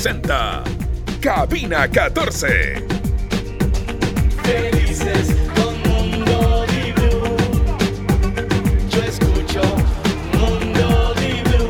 presenta Cabina 14. Felices con Mundo Di-Blue. Yo escucho Mundo Di-Blue.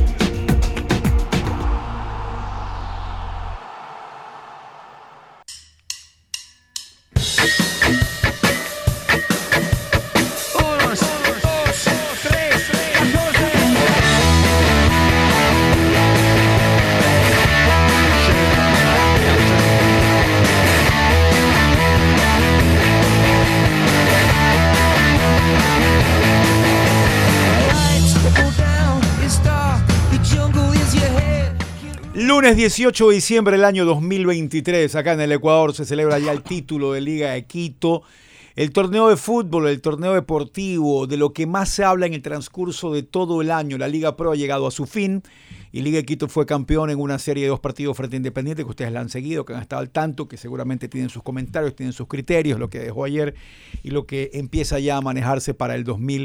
Lunes 18 de diciembre del año 2023, acá en el Ecuador se celebra ya el título de Liga de Quito, el torneo de fútbol, el torneo deportivo, de lo que más se habla en el transcurso de todo el año. La Liga Pro ha llegado a su fin y Liga de Quito fue campeón en una serie de 2 partidos frente a Independiente, que ustedes la han seguido, que han estado al tanto, que seguramente tienen sus comentarios, tienen sus criterios, lo que dejó ayer y lo que empieza ya a manejarse para el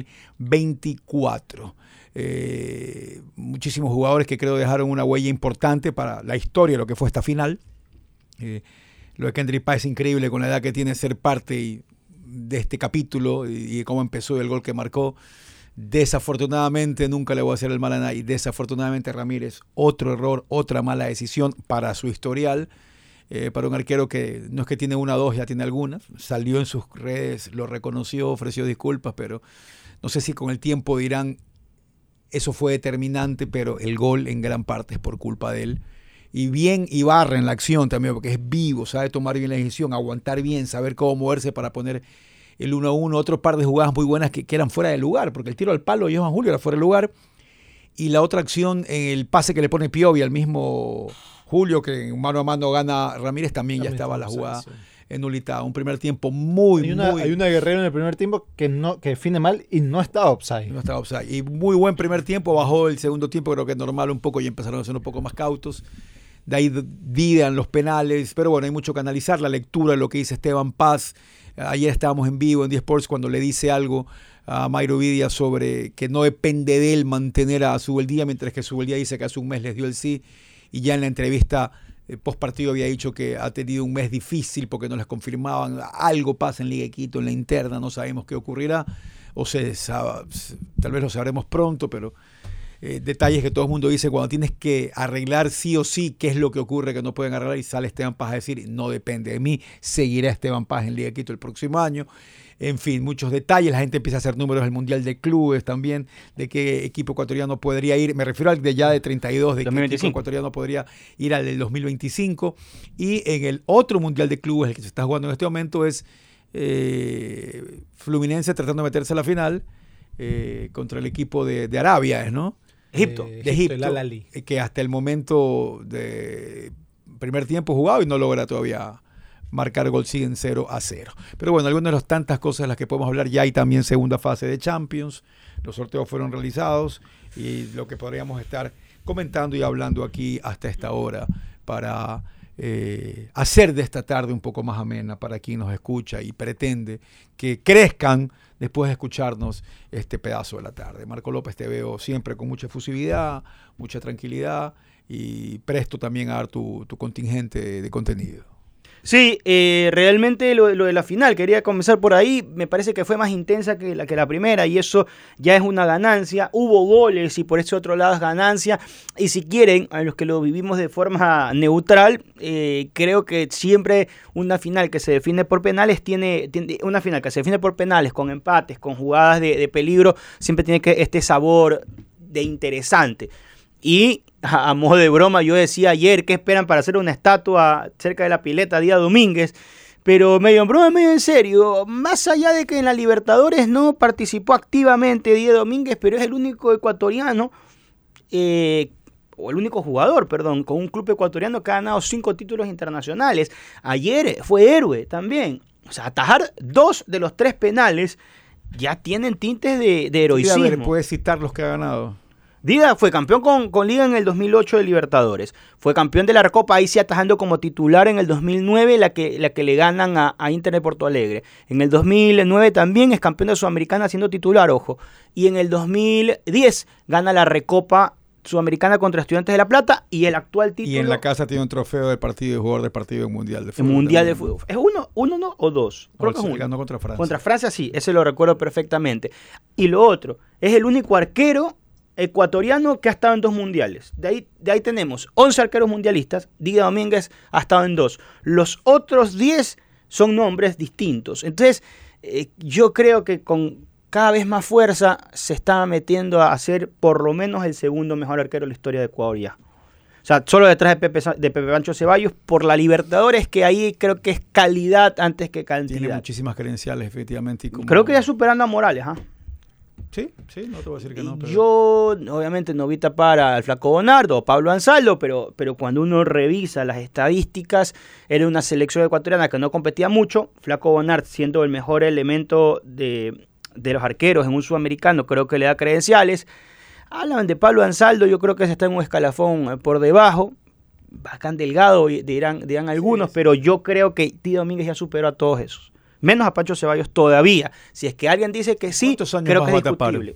2024. Muchísimos jugadores que creo dejaron una huella importante para la historia de lo que fue esta final. Lo de Kendrick Páez es increíble con la edad que tiene ser parte de este capítulo y cómo empezó y el gol que marcó. Desafortunadamente, nunca le voy a hacer el mal a nadie. Desafortunadamente, Ramírez, otro error, otra mala decisión para su historial. Para un arquero que no es que tiene una o dos, ya tiene algunas. Salió en sus redes, lo reconoció, ofreció disculpas, pero no sé si con el tiempo dirán eso fue determinante, pero el gol en gran parte es por culpa de él. Y bien Ibarra en la acción también, porque es vivo, sabe tomar bien la decisión, aguantar bien, saber cómo moverse para poner el 1-1. Otro par de jugadas muy buenas que eran fuera de lugar, porque el tiro al palo de Johan Julio era fuera de lugar. Y la otra acción, el pase que le pone Piovi al mismo Julio, que en mano a mano gana Ramírez, también ya estaba la jugada nulitada. Un primer tiempo muy... Hay una Guerrero en el primer tiempo que define mal y no estaba offside. No estaba offside. Y muy buen primer tiempo, bajó el segundo tiempo, creo que es normal un poco y empezaron a ser un poco más cautos. De ahí Didan los penales, pero bueno, hay mucho que analizar, la lectura, lo que dice Esteban Paz. Ayer estábamos en vivo en D-Sports cuando le dice algo a Mayro Vidia sobre que no depende de él mantener a Subeldía, mientras que Subeldía dice que hace un mes les dio el sí, y ya en la entrevista post partido había dicho que ha tenido un mes difícil porque no les confirmaban. Algo pasa en Liga de Quito, en la interna, no sabemos qué ocurrirá, tal vez lo sabremos pronto, pero detalles que todo el mundo dice cuando tienes que arreglar sí o sí qué es lo que ocurre que no pueden arreglar, y sale Esteban Paz a decir no depende de mí, seguirá Esteban Paz en Liga de Quito el próximo año. En fin, muchos detalles, la gente empieza a hacer números del Mundial de Clubes también, de qué equipo ecuatoriano podría ir, me refiero al de ya de 32, de 2025. Qué equipo ecuatoriano podría ir al del 2025, y en el otro Mundial de Clubes, el que se está jugando en este momento, es Fluminense tratando de meterse a la final contra el equipo de Arabia, ¿no? Egipto, de Egipto, el Al-Ahly, que hasta el momento de primer tiempo jugado y no logra todavía marcar gol, siguen 0-0. Pero bueno, algunas de las tantas cosas de las que podemos hablar, ya hay también segunda fase de Champions, los sorteos fueron realizados y lo que podríamos estar comentando y hablando aquí hasta esta hora para hacer de esta tarde un poco más amena para quien nos escucha y pretende que crezcan después de escucharnos este pedazo de la tarde. Marco López, te veo siempre con mucha efusividad, mucha tranquilidad y presto también a dar tu contingente de contenido. Sí, realmente lo de la final, quería comenzar por ahí, me parece que fue más intensa que la primera y eso ya es una ganancia. Hubo goles y por ese otro lado es ganancia, y si quieren, a los que lo vivimos de forma neutral, creo que siempre una final que se define por penales una final que se define por penales, con empates, con jugadas de peligro, siempre tiene que este sabor de interesante. Y a modo de broma, yo decía ayer que esperan para hacer una estatua cerca de la pileta Día Domínguez, pero medio en broma, medio en serio. Más allá de que en la Libertadores no participó activamente Día Domínguez, pero es el único ecuatoriano, o el único jugador, perdón, con un club ecuatoriano que ha ganado 5 títulos internacionales. Ayer fue héroe también. O sea, atajar 2 de los 3 penales ya tienen tintes de heroicismo. Sí, a ver, ¿puedes citar los que ha ganado? Dida fue campeón con Liga en el 2008 de Libertadores. Fue campeón de la Recopa, ahí sí atajando como titular en el 2009, la que le ganan a Inter de Porto Alegre. En el 2009 también es campeón de Sudamericana siendo titular, ojo. Y en el 2010 gana la Recopa Sudamericana contra Estudiantes de La Plata y el actual título. Y en la casa tiene un trofeo del partido de jugador del partido del Mundial de el Fútbol. Mundial de también. Fútbol. ¿Es uno no, o dos? Creo que es Se uno. ganó contra Francia. Contra Francia sí, ese lo recuerdo perfectamente. Y lo otro, es el único arquero ecuatoriano que ha estado en 2 mundiales. De ahí tenemos 11 arqueros mundialistas, Diego Domínguez ha estado en 2. Los otros 10 son nombres distintos. Entonces, yo creo que con cada vez más fuerza se está metiendo a ser por lo menos el segundo mejor arquero de la historia de Ecuador ya. O sea, solo detrás de Pepe Pancho Ceballos, por la Libertadores, que ahí creo que es calidad antes que cantidad. Tiene muchísimas credenciales, efectivamente. Y como... Creo que ya superando a Morales, ¿ah? Sí, no te voy a decir que no. Pero... Yo, obviamente, no vi tapar al Flaco Bonardo o Pablo Ansaldo, pero cuando uno revisa las estadísticas, era una selección ecuatoriana que no competía mucho. Flaco Bonard, siendo el mejor elemento de los arqueros en un sudamericano, creo que le da credenciales. Hablan de Pablo Ansaldo, yo creo que se está en un escalafón por debajo. Bacán delgado, dirán algunos, pero yo creo que Diego Domínguez ya superó a todos esos. Menos a Pancho Ceballos todavía. Si es que alguien dice que sí, creo que es discutible.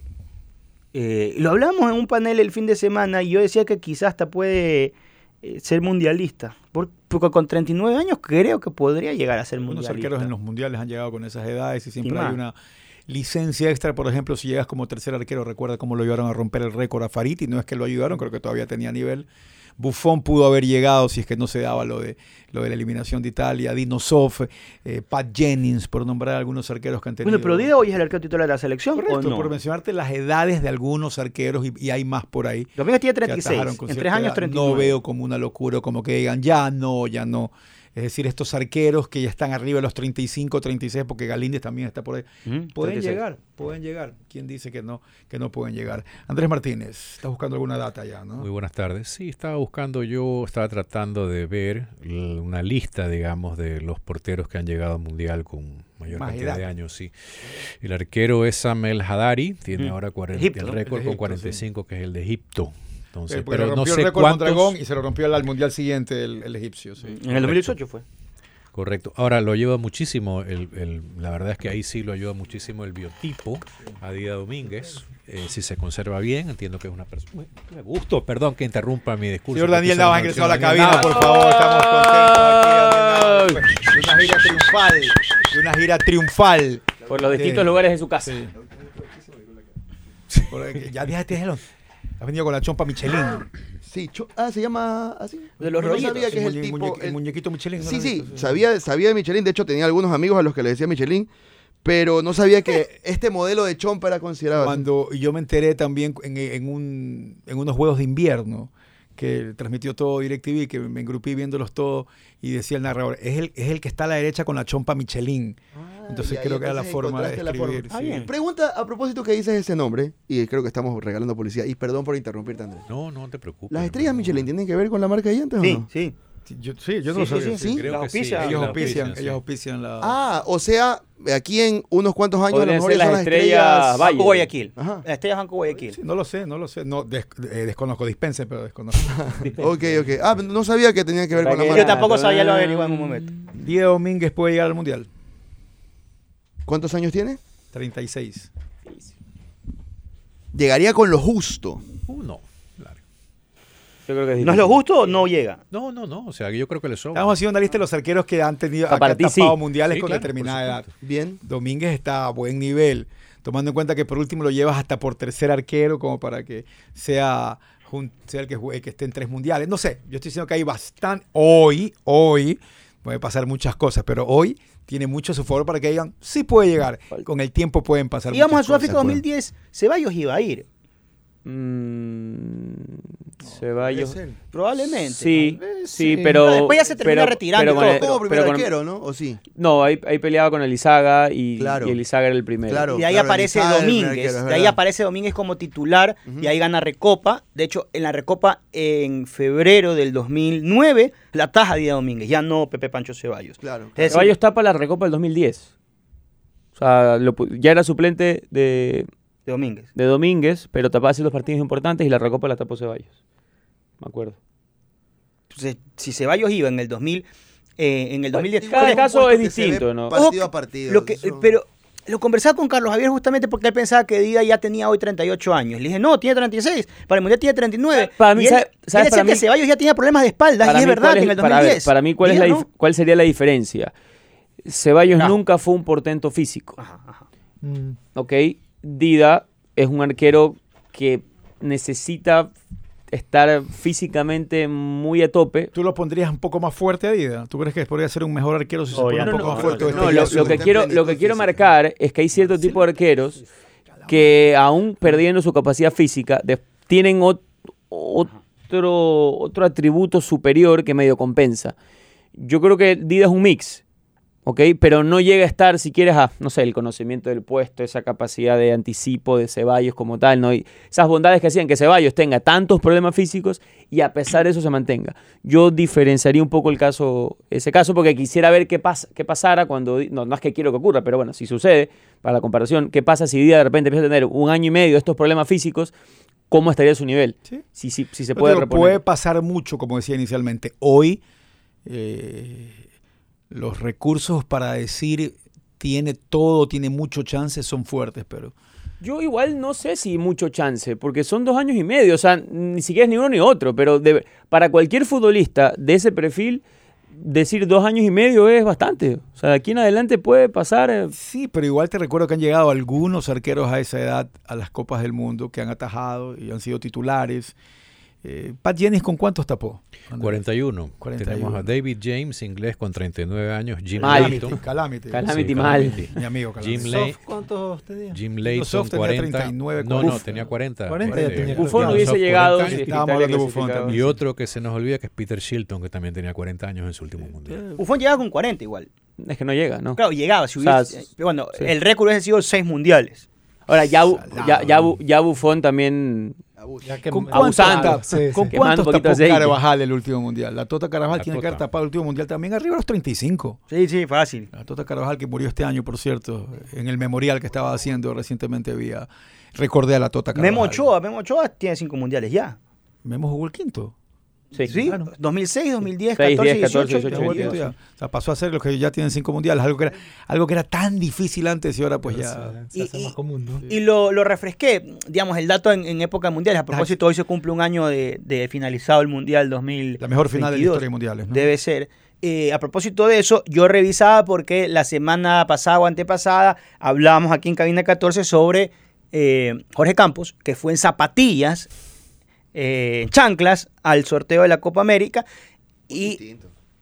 Lo hablamos en un panel el fin de semana y yo decía que quizás hasta puede ser mundialista. Porque con 39 años creo que podría llegar a ser mundialista. Los arqueros en los mundiales han llegado con esas edades y siempre Y hay más. una licencia extra. Por ejemplo, si llegas como tercer arquero, recuerda cómo lo ayudaron a romper el récord a Farid, y no es que lo ayudaron, creo que todavía tenía nivel. Buffon pudo haber llegado si es que no se daba lo de la eliminación de Italia, Dino Sof, Pat Jennings, por nombrar algunos arqueros que han tenido. Bueno, pero Diego hoy es el arquero titular de la selección, Correcto, ¿o no? por mencionarte las edades de algunos arqueros, y hay más por ahí. Domínguez tiene que 36, atajaron con en 3 cierta años edad. 39. No veo como una locura, como que digan, ya no. Es decir, estos arqueros que ya están arriba de los 35, 36, porque Galíndez también está por ahí. Pueden 36. llegar. ¿Quién dice que no pueden llegar? Andrés Martínez, estás buscando alguna data ya, ¿no? Muy buenas tardes. Sí, estaba tratando de ver una lista, digamos, de los porteros que han llegado al Mundial con mayor Más cantidad edad. de años, sí. El arquero es Samuel Hadari, tiene ahora Egipto, el ¿no? récord El de con Egipto, 45, que es el de Egipto. Entonces, Porque pero le no rompió el sé récord con Dragón cuántos... y se lo rompió al Mundial siguiente el egipcio. Sí. En el 2018 fue. Correcto. Ahora lo ayuda muchísimo, la verdad es que ahí sí lo ayuda muchísimo el biotipo a Diego Domínguez. Si se conserva bien, entiendo que es una persona... Me gusto, perdón que interrumpa mi discurso. Señor Daniel Navas ha ingresado a la Daniel cabina, Navas. por favor, estamos contentos aquí. De una gira triunfal. Por los distintos lugares de su casa. Ya déjate, has venido con la chompa Michelin. Sí, se llama así. De los no rollitos. sabía que es el El tipo. el muñequito Michelin. ¿no Sí, lo has sí, visto? sabía de Michelin. De hecho, tenía algunos amigos a los que le decía Michelin, pero no sabía que este modelo de chompa era considerado así. Cuando yo me enteré también en unos juegos de invierno que transmitió todo DirecTV, que me engrupí viéndolos todos, y decía el narrador, es el que está a la derecha con la chompa Michelin. Entonces y ahí creo que era la entonces forma de encontraste la forma. escribir. Ah, sí. bien. Pregunta a propósito que dices ese nombre, y creo que estamos regalando publicidad, y perdón por interrumpirte, Andrés. No te preocupes. ¿Las estrellas no. Michelin tienen que ver con la marca de llantas o Sí, no? sí. Yo no lo sabía. sí. Creo Las que sí. auspician. Ellos las auspician, sí. ellos auspician la... Ah, o sea, aquí en unos cuantos años a lo Podrían mejor ser ya son las las estrellas estrellas... Valle. Banco Guayaquil. Ajá. Las estrellas Banco Guayaquil. Sí, no lo sé. No, desconozco, dispensen, pero desconozco. Ok. Ah, no sabía que tenían que ver con la Yo marca. Yo tampoco sabía, lo averigué en un momento. Diego Domínguez puede llegar al Mundial. ¿Cuántos años tiene? 36. Llegaría con lo justo. No, claro. Yo creo que es ¿No es lo difícil. justo o no llega? No, o sea, yo creo que le sobra. Estamos haciendo una lista de los arqueros que han tenido, Ah, para que han ti tapado sí. mundiales Sí, con claro, determinada por edad. supuesto. Bien. Domínguez está a buen nivel, tomando en cuenta que por último lo llevas hasta por tercer arquero, como para que sea el que esté en 3 mundiales. No sé, yo estoy diciendo que hay bastante. Hoy, puede pasar muchas cosas, pero hoy tiene mucho a su favor para que digan, sí puede llegar. Con el tiempo pueden pasar Íbamos a muchas Sudáfrica cosas. 2010, Ceballos iba a ir. Ceballos. Puede ser. Probablemente. Sí, vez sí, sí. pero... Después ya se termina retirando y con todo. el- Como primer pero con- arquero, ¿no? ¿O sí? No, ahí peleaba con Elizaga y Claro. Elizaga era el primero. Claro. Y de ahí aparece Elizaga, el primer Domínguez. arquero, es De ahí verdad. aparece Domínguez como titular y ahí gana Recopa. De hecho, en la Recopa en febrero del 2009 la taja Diego Domínguez, ya no Pepe Pancho Ceballos. Claro. Es decir, Ceballos tapa la Recopa del 2010. O sea, ya era suplente de Domínguez. de Domínguez, pero tapaba ciertos partidos importantes y la Recopa la tapó Ceballos. Me acuerdo. Entonces, si Ceballos iba en el 2010. Cada caso es distinto, ¿no? Partido a partido. Lo que, eso- pero Lo conversaba con Carlos Javier justamente porque él pensaba que Dida ya tenía hoy 38 años. Le dije, no, tiene 36. Para el Mundial tiene 39. Para mí, y él, ¿sabes? él decía Para que mí- Ceballos ya tenía problemas de espaldas. Y es mí, verdad ¿cuál que es- en el para ver, 2010. para mí, Dida no. ¿cuál sería la diferencia? Ceballos No. nunca fue un portento físico. Ajá, ajá. ¿Ok? Dida es un arquero que necesita estar físicamente muy a tope. ¿Tú lo pondrías un poco más fuerte a Dida? ¿Tú crees que podría ser un mejor arquero si se Oh, pone ya un no, poco no, más fuerte? no, o No, este ya lo sube? que quiero plenitud marcar es que hay cierto tipo de arqueros que aún perdiendo su capacidad física tienen otro atributo superior que medio compensa. Yo creo que Dida es un mix, ¿ok? Pero no llega a estar, si quieres, no sé, el conocimiento del puesto, esa capacidad de anticipo de Ceballos como tal, ¿no? Y esas bondades que hacían que Ceballos tenga tantos problemas físicos y a pesar de eso se mantenga. Yo diferenciaría un poco ese caso, porque quisiera ver qué pasara cuando, no es que quiero que ocurra, pero bueno, si sucede, para la comparación, ¿qué pasa si Dida de repente empieza a tener un año y medio de estos problemas físicos? ¿Cómo estaría su nivel? Sí. Si se Yo puede digo, reponer. puede pasar mucho, como decía inicialmente. Hoy, los recursos para decir tiene mucho chance son fuertes, pero Yo igual no sé si mucho chance, porque son 2 años y medio, o sea, ni siquiera es ni uno ni otro, pero para cualquier futbolista de ese perfil, decir 2 años y medio es bastante. O sea, de aquí en adelante puede pasar. sí, pero igual te recuerdo que han llegado algunos arqueros a esa edad a las Copas del Mundo que han atajado y han sido titulares. Pat Jennings, ¿con cuántos tapó? 41. 41. Tenemos a David James, inglés, con 39 años. Jim Mal. Layton. Calamity. Calamity Sí, mal. Calamity. Mi amigo Calamity. Jim Lay- ¿Cuántos tenía? Jim Soft Layton, tenía 40. 39, No, 40. tenía 40. 40 ya tenía. Buffon Soft hubiese 40 llegado. años. si Estábamos Italia hablando de Buffon clasificaba. también. Y otro que se nos olvida que es Peter Shilton, que también tenía 40 años en su último mundial. Buffon llegaba con 40 igual. Es que no llega, ¿no? Claro, llegaba. Si O sea, hubiese, bueno, sí. el récord hubiese sido 6 mundiales. Ahora, Salado. ya Buffon también. Ya que ¿Con Abusando. cuántos Sí, ¿Con sí. Quemando cuántos un poquito tapó de aceite. Carvajal el último mundial? La Tota Carvajal La tiene que haber Tota. tapado el último mundial también arriba de los 35. Sí, sí, fácil. La Tota Carvajal, que murió este año, por cierto, en el memorial que estaba haciendo recientemente, recordé a la Tota Carvajal. Memo Ochoa tiene 5 mundiales ya. Memo jugó el quinto. Sí, Sí, claro. 2006, 2010, 6, 14, 10, 14, 18. 18, Jugó el 22. quinto ya. O sea, pasó a ser los que ya tienen 5 mundiales, algo que era tan difícil antes y ahora pues ya... Se hace más común, ¿no? Y lo refresqué, digamos, el dato en época de mundiales. A propósito, hoy se cumple un año de finalizado el Mundial 2022. La mejor final de la historia de mundiales, ¿no? Debe ser. A propósito de eso, yo revisaba porque la semana pasada o antepasada hablábamos aquí en Cabina 14 sobre Jorge Campos, que fue en zapatillas, chanclas, al sorteo de la Copa América. Y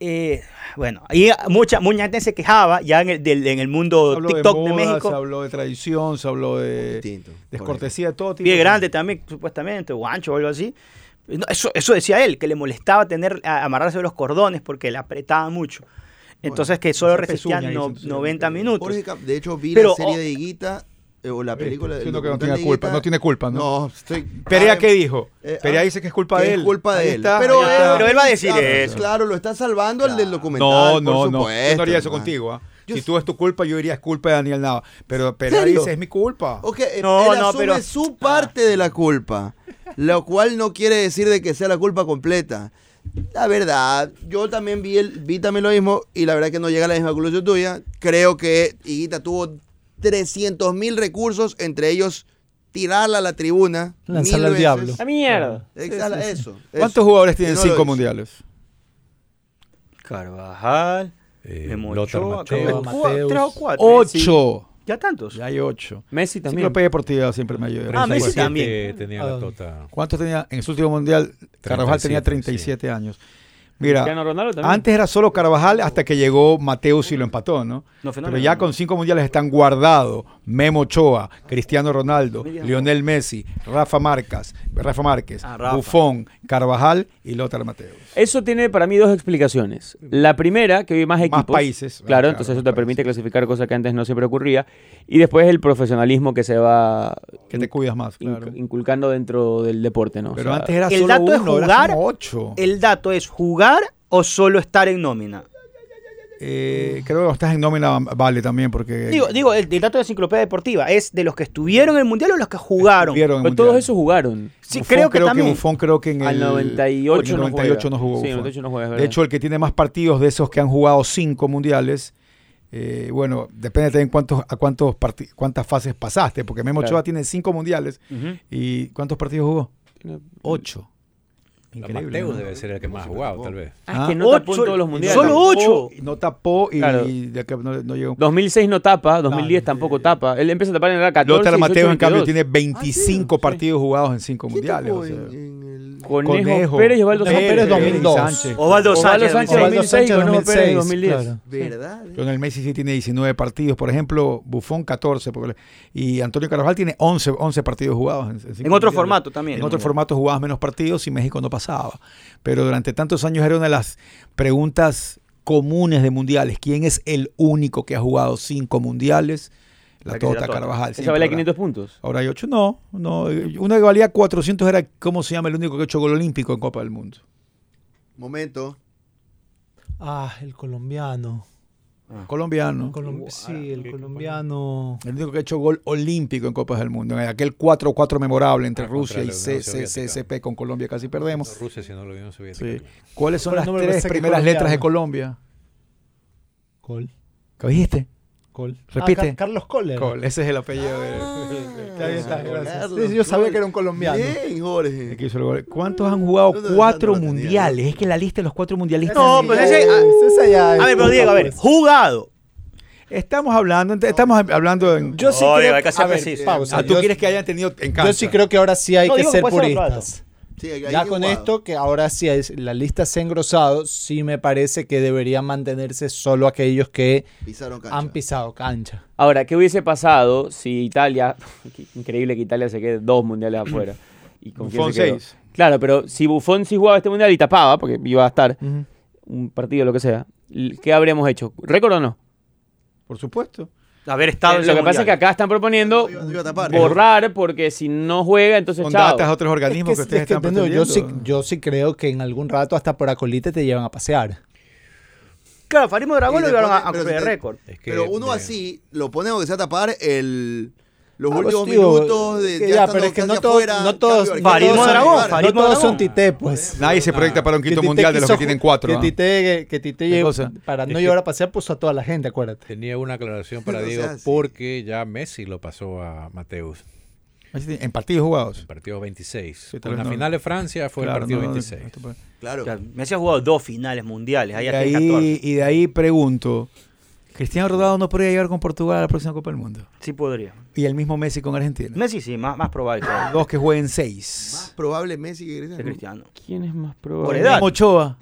bueno, ahí mucha gente se quejaba ya en el mundo Se habló TikTok de, moda, México. se habló de tradición, se habló de Distinto, descortesía de todo tipo. Pie grande también, supuestamente, o ancho o algo así. No, eso decía él, que le molestaba amarrarse de los cordones porque le apretaba mucho. Entonces que solo esa resistían pezuña ahí, 90 minutos. De hecho, vi Pero, la serie de Higuita, o la película Siento el que no documental tiene de culpa, Higuita. no tiene culpa, ¿no? No, estoy... Perea, ¿qué dijo? Eh, Perea ah, dice que es culpa que de es él. culpa de Ahí él. está, Pero, ahí está. él va a decir eso. Claro, lo está salvando el del documental. No, por no, supuesto, yo no haría eso hermano. contigo. Yo- Si tú es tu culpa, yo diría es culpa de Daniel Nava. Pero Perea ¿Serio? dice es mi culpa. Ok, No, él no, asume pero- su parte de la culpa, lo cual no quiere decir de que sea la culpa completa. La verdad, yo también vi también lo mismo y la verdad que no llega a la misma conclusión tuya. Creo que Higuita tuvo 300.000 recursos, entre ellos tirarla a la tribuna. Lanzarla 1000 al diablo. veces. ¡La mierda! Eso. ¿Cuántos jugadores tienen Y no lo 5 hizo. mundiales? Carvajal, Memo Lothar Ochoa, Matthäus. creo que Mateus. 3 o 4. 8. Ya tantos. Ya hay 8. Messi también. Enciclopedia Deportiva siempre me ayuda. Ah, Messi 37 también. tenía la Tota. ¿Cuántos tenía? En su último mundial, Carvajal tenía 37 años. Mira, Cristiano Ronaldo también. antes era solo Carvajal hasta que llegó Mateus y lo empató, ¿no? No, fenómeno. Pero ya con 5 mundiales están guardados Memo Ochoa, Cristiano Ronaldo, Mira. Lionel Messi, Rafa Márquez, Rafa. Buffon, Carvajal y Lothar Mateus. Eso tiene para mí 2 explicaciones. La primera, que hoy más equipos. países. Claro, Claro, entonces eso más te permite países. clasificar cosas que antes no siempre ocurría. Y después el profesionalismo que se va Que te cuidas más, claro. inculcando dentro del deporte, ¿no? O Pero sea, antes era el solo dato es uno, ahora jugar, son 8. El dato es jugar o solo estar en nómina. Creo que cuando estás en nómina vale también porque... Digo, el dato de Enciclopedia Deportiva es de los que estuvieron en el Mundial o los que jugaron. estuvieron en pero mundial. todos esos jugaron. Sí, Buffon, creo que también. Buffon creo que en Al el 98 en el 98 no jugó. Sí, Buffon. 98 no juega, es De verdad. hecho, el que tiene más partidos de esos que han jugado 5 mundiales Bueno, depende también cuántas fases pasaste, porque Memo Claro. Ochoa tiene 5 mundiales. ¿Y cuántos partidos jugó? 8. Mateus debe ser el que más ha jugado, tal vez. Es que no tapó en Ocho, todos los mundiales. solo ocho. No tapó y Claro. de acá no llegó. 2006 no tapa, 2010 tampoco tapa. Él empieza a tapar en la 14. Lothar 18, Mateus, en cambio, 22. tiene 25 sí. partidos jugados en 5 ¿Quién mundiales. tocó o sea. en el... Conejo Pérez y Osvaldo Conejo Sánchez. Pérez, 2002. Sánchez. Osvaldo Sánchez. Sánchez, Osvaldo 2006, Sánchez, Conejo Pérez, 2006, 2010. claro. ¿Verdad? Lionel Messi sí tiene 19 partidos, por ejemplo, Buffon 14, y Antonio Carvajal tiene 11 partidos jugados. En cinco En otro mundiales. formato también. En otro formato jugabas menos partidos y México no pasaba. Pero durante tantos años era una de las preguntas comunes de mundiales. ¿Quién es el único que ha jugado 5 mundiales? La La que será Tota Tota. Carvajal. Esa siempre valía ahora. 500 puntos. Ahora hay 8. No. Una que valía 400 era, ¿cómo se llama? El único que ha hecho gol olímpico en Copa del Mundo. Momento. El colombiano. Colombiano. El colombiano. El único que ha hecho gol olímpico en Copas del Mundo. En aquel 4-4 memorable entre Rusia y contra la Unión Soviética. CCP con Colombia casi perdemos. Rusia, si no lo Unión Soviética. Sí. ¿Cuáles son Por el las número 3 pensé que primeras colombiano. letras de Colombia? Col. ¿Qué dijiste? Col. Repite. Carlos Coller. Col, ese es el apellido de... Ahí está, gracias. Carlos Sí, yo sabía Coller. que era un colombiano. Bien, Jorge. el que hizo el gol. ¿Cuántos han jugado No, 4 no tenía. mundiales? Es que la lista de los 4 mundialistas... No, pues ese. Esa ya A ver, pero Diego, a ver, jugado. Estamos hablando en... Yo sí No, creo Diego, hay que ser a ver, preciso. pausa. ¿Tú yo, quieres que hayan tenido en cancha? yo sí creo que ahora sí hay No, que digo que ser puede ser un puristas. Sí, ahí Ya hay con jugado. esto, que ahora sí la lista se ha engrosado, sí me parece que deberían mantenerse solo aquellos que Pisaron cancha. han pisado cancha. Ahora, ¿qué hubiese pasado si Italia, qué increíble que Italia se quede 2 mundiales afuera? ¿Y con quién Buffon se quedó? 6. Claro, pero si Buffon sí jugaba este mundial y tapaba, porque iba a estar un partido, lo que sea, ¿qué habríamos hecho? ¿Récord o no? Por supuesto. Haber estado en Lo ese que pasa es que mundial. acá están proponiendo No iba a tapar. borrar, porque si no juega, entonces Con chao. datas a otros organismos que ustedes están entiendo, pretendiendo. yo sí creo que en algún rato hasta por acolite te llevan a pasear. Claro, Farismo Dragón Y lo le llevaron pone- a pero cumplir si te- récord. Es que Pero uno así lo pone aunque sea a tapar los Ah, últimos pues, digo, minutos de que ya ya, estando pero es que casi no todos, afuera, no todos, cambio, no Farismo todos son- Dragón, no Farismo todos son Dragón. Tite, pues. Nadie se proyecta para un quinto Tite mundial de los quiso- que tienen 4. Que Tite llegó, cosa? para no Es llevar a pasear, puso a toda la gente, acuérdate. tenía una aclaración para No Diego sea así. porque ya Messi lo pasó a Mateus En partidos jugados. en partido 26. Sí, tal Con vez la no. final de Francia fue Claro, el partido no, 26. Claro. O sea, Messi ha jugado 2 finales mundiales. Ahí Y ya tiene 14. de ahí pregunto, ¿Cristiano Ronaldo no podría llegar con Portugal a la próxima Copa del Mundo? Sí podría. Y el mismo Messi con Argentina. Messi sí, más probable que Dos que jueguen 6. Más probable Messi que Cristiano. Cristiano. ¿Quién es más Por probable? edad. Memo Ochoa.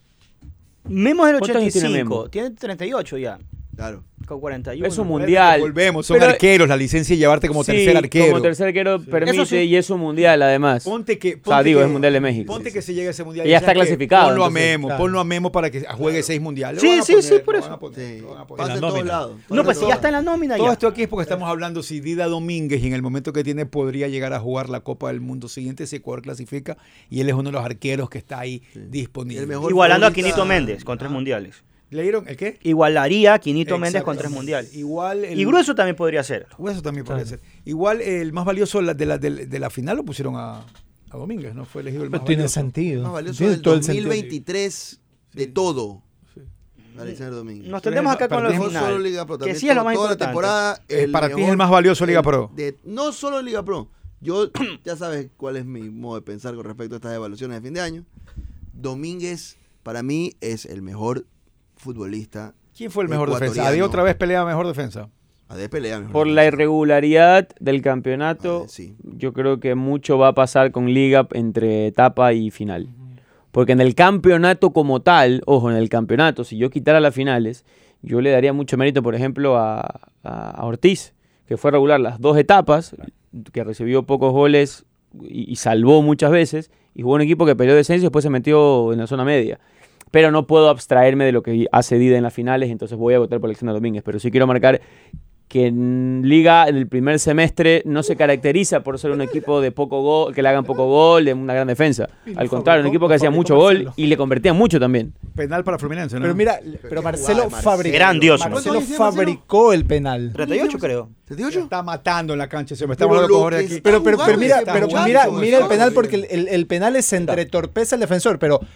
Memo es del ¿Cuántos años tiene 85. Memo? Tiene 38 ya. Claro. Con 41. Es un mundial. Volvemos, son Pero- arqueros, la licencia de llevarte como Sí, tercer arquero. Como tercer arquero permite Eso sí. y es un mundial además. Ponte que, O sea, digo, es Mundial de México. Ponte que se llegue a ese mundial. Y ya ¿sabes está qué? clasificado, Ponlo a entonces, Memo, claro. ponlo a Memo para que juegue 6 mundiales. Sí, Lo van a sí, poner, sí, por lo eso. van a poner, Sí. lo van a poner. Pasa en la todos nómina. lados. No, Pasa pues en si ya está en la nómina Todo ya. esto aquí es porque estamos hablando si Dida Domínguez y en el momento que tiene podría llegar a jugar la Copa del Mundo siguiente si Ecuador clasifica y él es uno de los arqueros que está ahí disponible. El mejor Igualando a futbolista- Quinito Méndez con 3 mundiales. ¿Le dieron el qué? Igualaría a Quinito Méndez Exacto. con 3 mundiales. Igual el, Y Grueso también podría ser. Grueso también podría ser. Igual el más valioso de la final lo pusieron a Domínguez, ¿no? Fue elegido el más Pero tiene valioso. sentido. Más valioso Tiene del todo el sentido. 2023 de todo. Alexander Domínguez. Nos tendremos acá con lo Perdemos No solo final. Liga Pro, Que también sí es lo más toda la importante. temporada. Para ti es el más valioso de Liga Pro. No solo Liga Pro. Yo, ya sabes cuál es mi modo de pensar con respecto a estas evaluaciones de fin de año. Domínguez, para mí, es el mejor futbolista. ¿Quién fue el mejor defensa? ecuatoriano. ¿Había otra vez pelea mejor defensa? De pelea mejor Por la defensa. irregularidad del campeonato, Sí. yo creo que mucho va a pasar con Liga entre etapa y final. Porque en el campeonato como tal, ojo, en el campeonato, si yo quitara las finales, yo le daría mucho mérito, por ejemplo, a Ortiz, que fue regular las 2 etapas, que recibió pocos goles y salvó muchas veces, y jugó un equipo que peleó descenso y después se metió en la zona media. Pero no puedo abstraerme de lo que hace Dida en las finales, entonces voy a votar por Alexander Domínguez. Pero sí quiero marcar que en Liga, en el primer semestre, no se caracteriza por ser un equipo de poco gol, que le hagan poco gol, de una gran defensa. Al contrario, un equipo que hacía mucho gol Marcelo. y le convertían mucho también. Penal para Fluminense, ¿no? Pero mira, pero Marcelo jugada de fabricó. Grandioso. Marcelo ¿Cuántos años tiene fabricó el penal. 38 creo. ¿38? está matando en la cancha, se me está Pero hablando con lo Jorge que aquí. está Pero jugando mira, ese pero muchacho, mira el exacto. penal porque el penal es entre torpeza al defensor, pero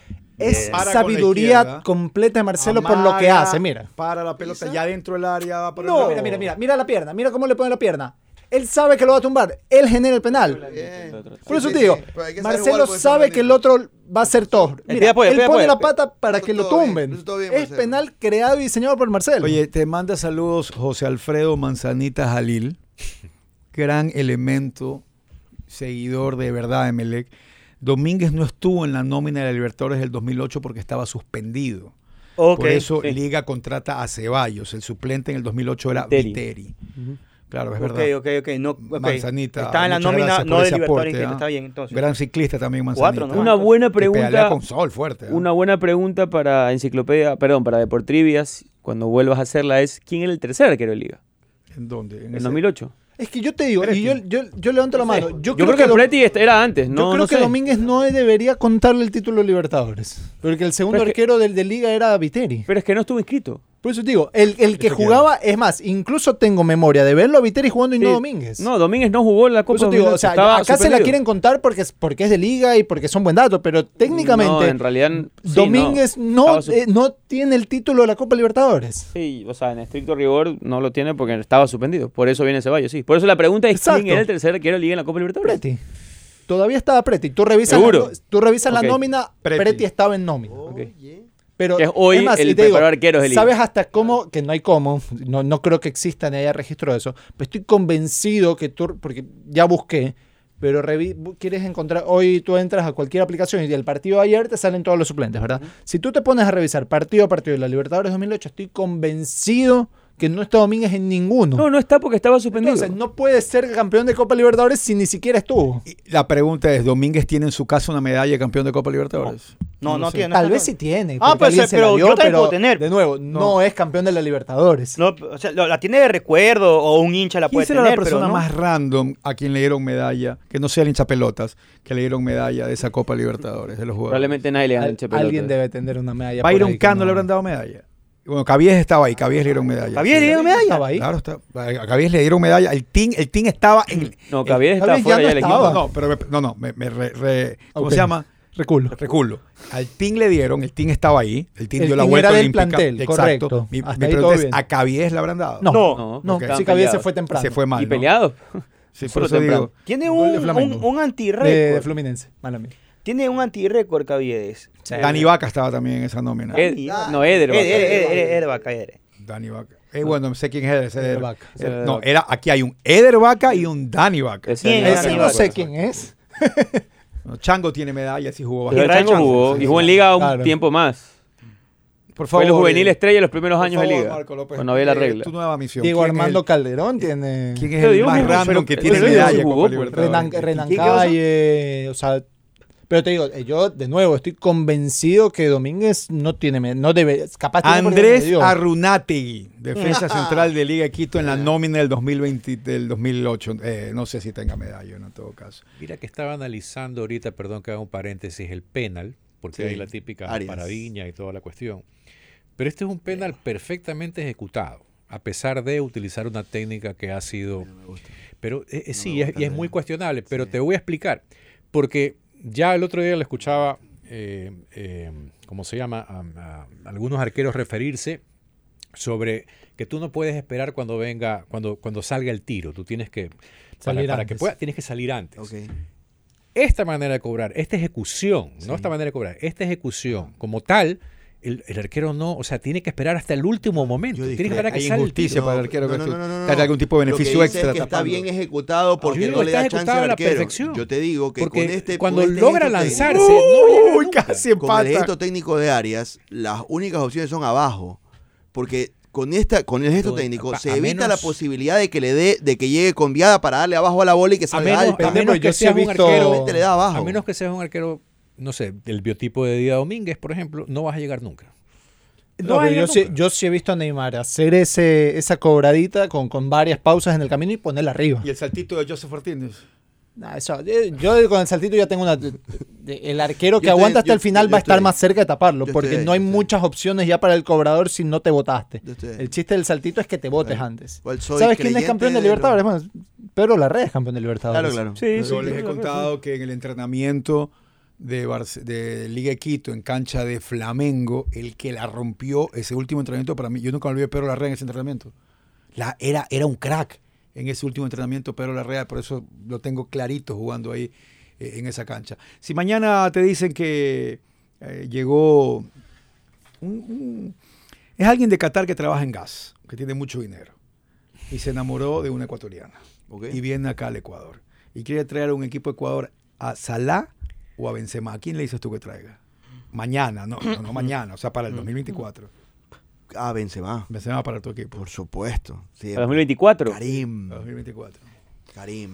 Es Para con la sabiduría izquierda. completa de Marcelo por lo que Amaga, hace, mira. Para la pelota ya dentro del área. Va por el No, lado. mira la pierna, mira cómo le pone la pierna. Él sabe que lo va a tumbar, él genera el penal. Bien. Por eso Sí, te digo, sí, pero hay que saber Marcelo jugar con ese sabe que el penalito. otro va a hacer todo. pide Mira, apoyo, él pide pone apoyo. la pata para Eso que lo todo bien, tumben. eso todo bien, Es Marcelo. penal creado y diseñado por Marcelo. Oye, te manda saludos José Alfredo Manzanita Jalil, gran elemento, seguidor de verdad de Emelec. Domínguez no estuvo en la nómina de la Libertadores del 2008 porque estaba suspendido. Ok, Por eso sí. Liga contrata a Ceballos. El suplente en el 2008 era Viteri. Viteri. Claro, es Ok, verdad. ok. No, ok. Manzanita, Está en la muchas nómina, gracias no por de ese Libertadores aporte, inscrito, ¿ah? está bien, entonces. Gran ciclista también Manzanita. Cuatro, ¿no? Una buena Que pedalea pregunta. con sol fuerte. ¿ah? Una buena pregunta para para Deportrivias, cuando vuelvas a hacerla, es ¿quién era el tercer arquero de Liga? ¿En dónde? En En ese- 2008. Es que yo te digo, y yo levanto la mano. Yo creo que Preti era antes, yo no, creo no que sé. Domínguez no debería contarle el título de Libertadores. Porque el segundo Pero es que- arquero de Liga era Viteri. Pero es que no estuvo inscrito. Por eso te digo, el que Eso jugaba, es más, incluso tengo memoria de verlo a Viteri jugando y no Sí. Domínguez. No, Domínguez no jugó en la Por Copa eso te digo, 2008, o sea, estaba acá se la suspendido. quieren contar porque es de Liga y porque son buen datos, pero técnicamente No, en realidad sí, Domínguez Estaba no tiene el título de la Copa Libertadores. Sí, o sea, en estricto rigor no lo tiene porque estaba suspendido. Por eso viene Ceballos, sí. Por eso la pregunta es Exacto. quién era el tercer arquero de Liga en la Copa Libertadores. Preti. Todavía estaba Preti. Tú revisas, ¿Seguro? tú revisas Ok. la nómina, Preti. Preti estaba en nómina. Oye. Pero Que es hoy más, el y te digo, preparador arqueros de Liga. ¿sabes hasta cómo? Que no hay cómo, no creo que exista ni haya registro de eso, pero estoy convencido que tú, porque ya busqué, pero quieres encontrar, hoy tú entras a cualquier aplicación y del partido de ayer te salen todos los suplentes, ¿verdad? Si tú te pones a revisar partido a partido de la Libertadores 2008, estoy convencido que no está Domínguez en ninguno. No está porque estaba suspendido. Entonces, no puede ser campeón de Copa Libertadores si ni siquiera estuvo. Y la pregunta es, ¿Domínguez tiene en su casa una medalla de campeón de Copa Libertadores? No sé. tiene. Tal vez sí tiene. Ah, porque pues, alguien se pero la dio, yo también pero puedo tener. de nuevo, no es campeón de la Libertadores. No, o sea, la tiene de recuerdo o un hincha la ¿Quién puede será tener, la persona pero no. más random a quien le dieron medalla, que no sea el hincha pelotas, que le dieron medalla de esa Copa Libertadores de los jugadores? Probablemente nadie le gana el Chepe Alguien López. debe tener una medalla. por Byron ahí que Cano le habrán dado medalla. Y bueno, Cabies estaba ahí, Cabies le dieron medalla. ¿Javier le dieron medalla? Estaba ahí. Claro, a Cabies le dieron medalla. El team estaba en... No, Caviedes está Caviedes ya fuera no ya del estaba. equipo. No, pero ¿cómo Ok. se llama? Reculo. Reculo. Al team le dieron, el team estaba ahí, el team El dio la team vuelta era del olímpica. plantel, Exacto. correcto. Mi Hasta ahí pregunta todo es, bien. ¿a Cabies le habrán dado? No, No, no, ok. sí, estaban Caviedes se peleados. fue temprano. Se fue mal, Y ¿no? peleado. Sí, Solo por eso digo, temprano. Tiene Gol de Flamengo. un De antirrécord. Fluminense. Mala mía. Tiene un antirrécord Caviedes. Dani Vaca estaba también en esa nómina. Eder. Eder Vaca. Dani Vaca. Bueno, no sé quién es ese. Eder Vaca. No, aquí hay un Eder Vaca y un Dani Vaca. Ese ¿Quién Dani es Ese Vaca. Dani no sé quién es. No, Chango tiene medalla, sí jugó Pero el bastante. Chango jugó. Y jugó en Liga un Claro. tiempo más. Por Fue el juvenil eh, estrella los primeros por años de favor, Liga. Marco López, Cuando había la regla. Tu nueva misión. Diego ¿Quién es Armando el- Calderón tiene. ¿Quién es Pero el digo, más pero- random que pero tiene eso medalla sí en jugó, Copa pues. Libertadores? Renan ¿Qué cosa? Calle, o sea, pero te digo, yo de nuevo estoy convencido que Domínguez no tiene, no debe, capaz tiene porque Andrés le dio. Arrunátegui, defensa central de Liga de Quito en la nómina del 2020, del 2008. No sé si tenga medalla en todo caso. Mira que estaba analizando ahorita, perdón que haga un paréntesis, el penal, porque Sí, hay la típica Arias. paradiña y toda la cuestión. Pero este es un penal perfectamente ejecutado, a pesar de utilizar una técnica que ha sido... Pero sí, me y gusta es muy nada. cuestionable, pero Sí. te voy a explicar. Porque ya el otro día le escuchaba, ¿cómo se llama? A algunos arqueros referirse sobre que tú no puedes esperar cuando venga, cuando salga el tiro. Tú tienes que, Salir para que antes. pueda, tienes que salir antes. Ok. Esta manera de cobrar, esta ejecución, no esta manera de cobrar, esta ejecución, como tal, el arquero no, o sea, tiene que esperar hasta el último momento. Yo Tiene que discrepo. esperar a que Hay sale el injusticia tiro. para el arquero que No, darle algún tipo de Lo que beneficio dice extra. es que está tapando. bien ejecutado porque Yo digo, no le está da chance ejecutado al la arquero. perfección. Yo te digo que Porque con este cuando con este logra gesto lanzarse, técnico- no llega Uy, nunca. casi con el empata. gesto técnico de Arias, las únicas opciones son abajo. Porque con el gesto Todo- técnico a se evita menos- la posibilidad de que de que llegue con viada para darle abajo a la bola y que A salga menos, alta. a menos yo que sí he seas un visto- arquero, Realmente le da abajo. a menos que seas un arquero, no sé, del biotipo de Díaz Domínguez, por ejemplo, no vas a llegar nunca. No, vas a pero llegar nunca. yo sí he visto a Neymar hacer esa cobradita con varias pausas en el camino y ponerla arriba. Y el saltito de Joseph Martínez. Nah, yo con el saltito ya tengo el arquero que Yo aguanta estoy- hasta el final yo va a estar estoy- más cerca de taparlo, yo porque estoy- no hay yo estoy- muchas opciones ya para el cobrador si no te botaste. Yo estoy- El chiste del saltito es que te botes Claro. antes. Igual soy ¿Sabes quién es creyente campeón de de Libertadores? Bueno, Pedro Larrea es campeón de Libertadores. Claro. Sí, Yo les he contado que en el entrenamiento de Liga de Quito en cancha de Flamengo, el que la rompió ese último entrenamiento para mí. Yo nunca me olvidé de Pedro Larrea en ese entrenamiento. Era un crack en ese último entrenamiento Pedro Larrea, por eso lo tengo clarito jugando ahí en esa cancha. Si mañana te dicen que llegó es alguien de Qatar que trabaja en gas, que tiene mucho dinero y se enamoró de una ecuatoriana y viene acá al Ecuador y quiere traer a un equipo de Ecuador a Salah o a Benzema. ¿A quién le dices tú que traiga? Mañana, no mañana, o sea, para el 2024. Benzema. Benzema para tu equipo. Por supuesto. Sí, ¿Para 2024? Karim. 2024. Karim.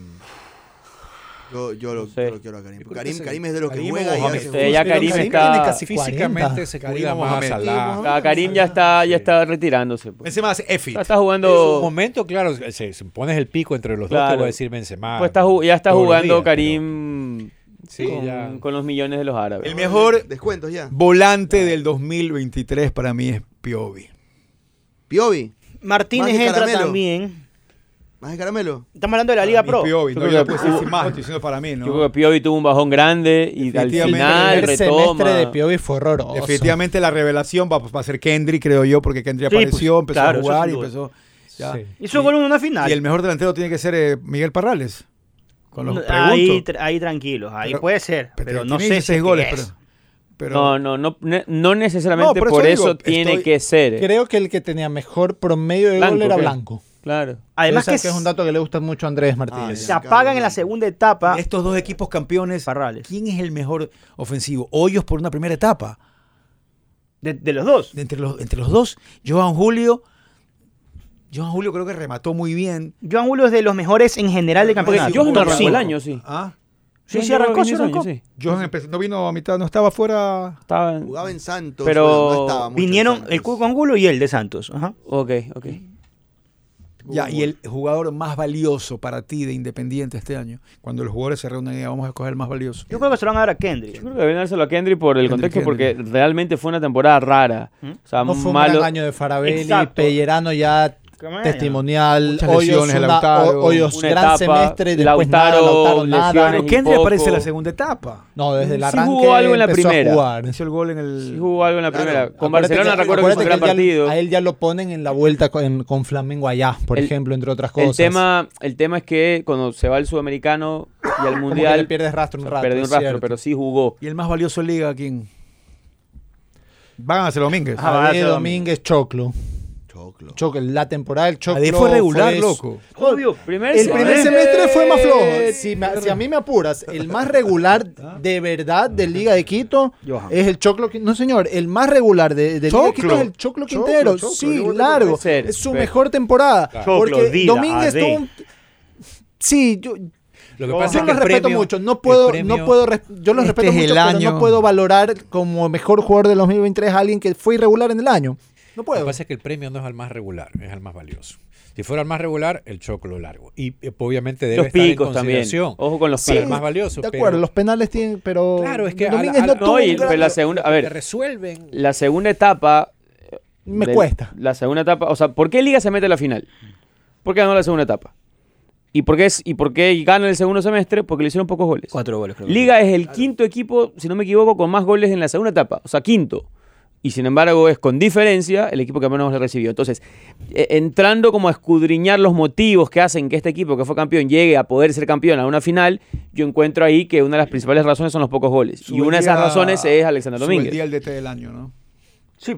Yo lo quiero a Karim. Karim es de los que Karim juega y Mohamed. hace Ya fútbol. Karim tiene está... casi Físicamente 40. se Karim cuida más Mohamed. Salah. Karim ya está retirándose. Pues. Benzema hace EFI. Está En su jugando... momento, claro, si pones el pico entre los dos, Claro. te voy a decir Benzema. Pues ya está todos los jugando días, Karim Sí, ya. con los millones de los árabes. El mejor Descuentos ya. volante del 2023 para mí es Piovi. Piovi. Martínez Más de entra caramelo. también. ¿Más de caramelo? Estamos hablando de la Liga Mi Pro. Piovi, no, Yo yo creo no puedo que- decir sin más, estoy diciendo para mí, Yo creo que ¿no? Piovi tuvo un bajón grande y al Efectivamente, final El primer semestre retoma. de Piovi fue horroroso. Definitivamente la revelación va a ser Kendry, creo yo, porque Kendry Sí, apareció, pues, empezó claro, a eso jugar sin y duda. empezó. Ya. Sí. Hizo gol en una final. Y el mejor delantero tiene que ser Miguel Parrales. Con los ahí, preguntos. ahí tranquilos, ahí Pero- puede ser, pero no tiene sé si 16 goles, es. pero No necesariamente No, por eso, digo, tiene estoy- que ser. Creo que el que tenía mejor promedio de Blanco, gol era ¿qué? Blanco. Claro. Además Ese que es un dato que le gusta mucho a Andrés Martínez. se apagan en la segunda etapa. estos dos equipos campeones, Parrales. ¿quién es el mejor ofensivo? Hoyos por una primera etapa. De los dos. Entre los dos, Johan Julio creo que remató muy bien. Joan Julio es de los mejores en general de Porque campeonato. Johan Top arrancó el cinco. año, sí. ¿Ah? Sí, arrancó, sí ese año, arrancó. sí. Johan no vino a mitad, no estaba fuera. Estaba... Jugaba en Santos. Pero no estaba mucho en Vinieron Santos. el Cuco Angulo y el de Santos. Ajá. Ok. Ya, y el jugador más valioso para ti de Independiente este año, cuando los jugadores se reúnen y vamos a escoger el más valioso. Yo creo que se lo van a dar a Kendrick. Yo creo que deben dárselo a Kendry por el Kendry, contexto, Kendry. porque realmente fue una temporada rara. O sea, No fue un malo. gran año de Farabelli, Exacto. Pellerano ya testimonial, Muchas Hoyos, lesiones de Lautaro. Hoyos Una gran etapa, semestre, después nada, Lautaro, Lautaro nada. lesiones. Pero y Kendry poco. aparece en la segunda etapa. No, desde el Sí arranque jugó algo en la empezó primera. a jugar. Hizo el gol en el. Sí jugó algo en la Claro. primera. Con Acuérdate Barcelona que- recuerdo que fue un gran acuérdate que partido. a él ya lo ponen en la vuelta con Flamengo allá, por El- ejemplo, entre otras El cosas. tema es que cuando se va al Sudamericano y al Como que Mundial, le pierdes rastro un rato. perdió un es rastro, cierto. pero sí jugó. ¿Y el más valioso en Liga quién? Van a ser Domínguez. Ah, va a Javier ser Domínguez, Choclo. Choclo. La temporada del Choclo Además fue regular, fue- loco. Obvio. El primer semestre fue más flojo. Si a mí me apuras, el más regular de verdad de Liga de Quito Johan. es el Choclo. No, señor, el más regular de Liga de Quito Choclo. es el Choclo Quintero. Choclo, Sí, yo largo. puede ser, Es su pero- mejor temporada. Choclo, Porque Dida, Domínguez Ade. tuvo un... Sí, yo Lo que pasa yo es que los el respeto premio- mucho. No el puedo, premio- no puedo, yo los Este respeto es mucho, el pero año. no puedo valorar como mejor jugador del 2023 a alguien que fue irregular en el año. No Lo que puedo. pasa es que el premio no es al más regular, es al más valioso. Si fuera al más regular, el Choclo largo. Y obviamente debe Los estar en picos también. consideración Ojo con los para picos. el más valioso. De pero- acuerdo, los penales tienen, pero Claro, es que a la- Domínguez a la- no tuvo No, y un gran- pero la segunda, a te ver, resuelven. la segunda etapa me de- cuesta. La segunda etapa, o sea, ¿por qué Liga se mete a la final? ¿Por qué ganó la segunda etapa? ¿Y por qué gana el segundo semestre? Porque le hicieron pocos goles. 4 goles, creo que Liga es el quinto equipo, si no me equivoco, con más goles en la segunda etapa. O sea, quinto. Y sin embargo es con diferencia el equipo que menos le recibió. Entonces, entrando como a escudriñar los motivos que hacen que este equipo que fue campeón llegue a poder ser campeón a una final, yo encuentro ahí que una de las principales razones son los pocos goles. Y una de esas razones es Alexander Sube el Domínguez. día el DT del año, ¿no? Sí.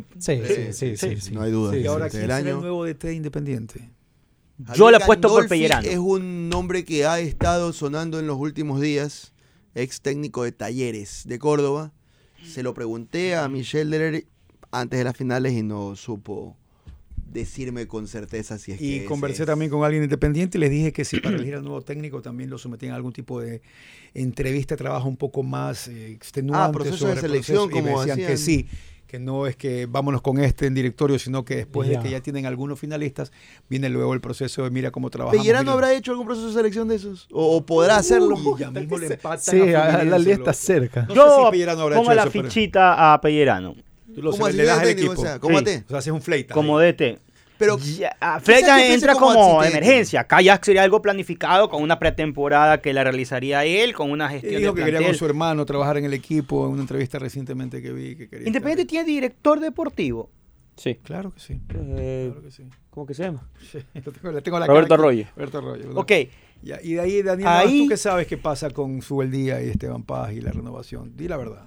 Sí. No hay duda. Y ahora, Este ¿quién del será el año. nuevo DT de Independiente? Yo Javier la apuesto por Gandolfi Pellerano. Es un nombre que ha estado sonando en los últimos días. Ex técnico de Talleres de Córdoba. Se lo pregunté a Michel Deller antes de las finales y no supo decirme con certeza si es que Y ese conversé es. también con alguien independiente y les dije que si para elegir al nuevo técnico también lo sometían a algún tipo de entrevista de trabajo un poco más extenuante. proceso de sobre selección, proceso, y me como decían que hacían. sí, que no es que vámonos con este en directorio, sino que después Ya. de que ya tienen algunos finalistas, viene luego el proceso de mira cómo trabajamos. ¿Pellerano mira. habrá hecho algún proceso de selección de esos? ¿O podrá hacerlo? Y ya mismo le empatan Sí, a la Fluminense, lista loco. cerca. No Yo sé si Pellerano habrá pongo hecho la eso, pero fichita a Pellerano tú lo ¿Cómo le das asistente al técnico? equipo. O sea, ¿cómo Sí. te? O sea, haces un fleita. como ahí. DT. Pero Fred quizás ya que piense entra como como accidente. emergencia. Acá ya sería algo planificado con una pretemporada que la realizaría él, con una Y gestión dijo de que quería con plantel. su hermano trabajar en el equipo, en una entrevista recientemente que vi. Que quería Independiente estar tiene director deportivo. Sí. ahí. Claro que sí. Claro que sí. ¿Cómo que se llama? Sí, le tengo la Roberto cara aquí. Arroyo. Roberto Arroyo. ¿no? Ok, Ya, y de ahí, Daniel, Ahí- ¿tú qué sabes qué pasa con Subeldía y Esteban Paz y la renovación? Di la verdad.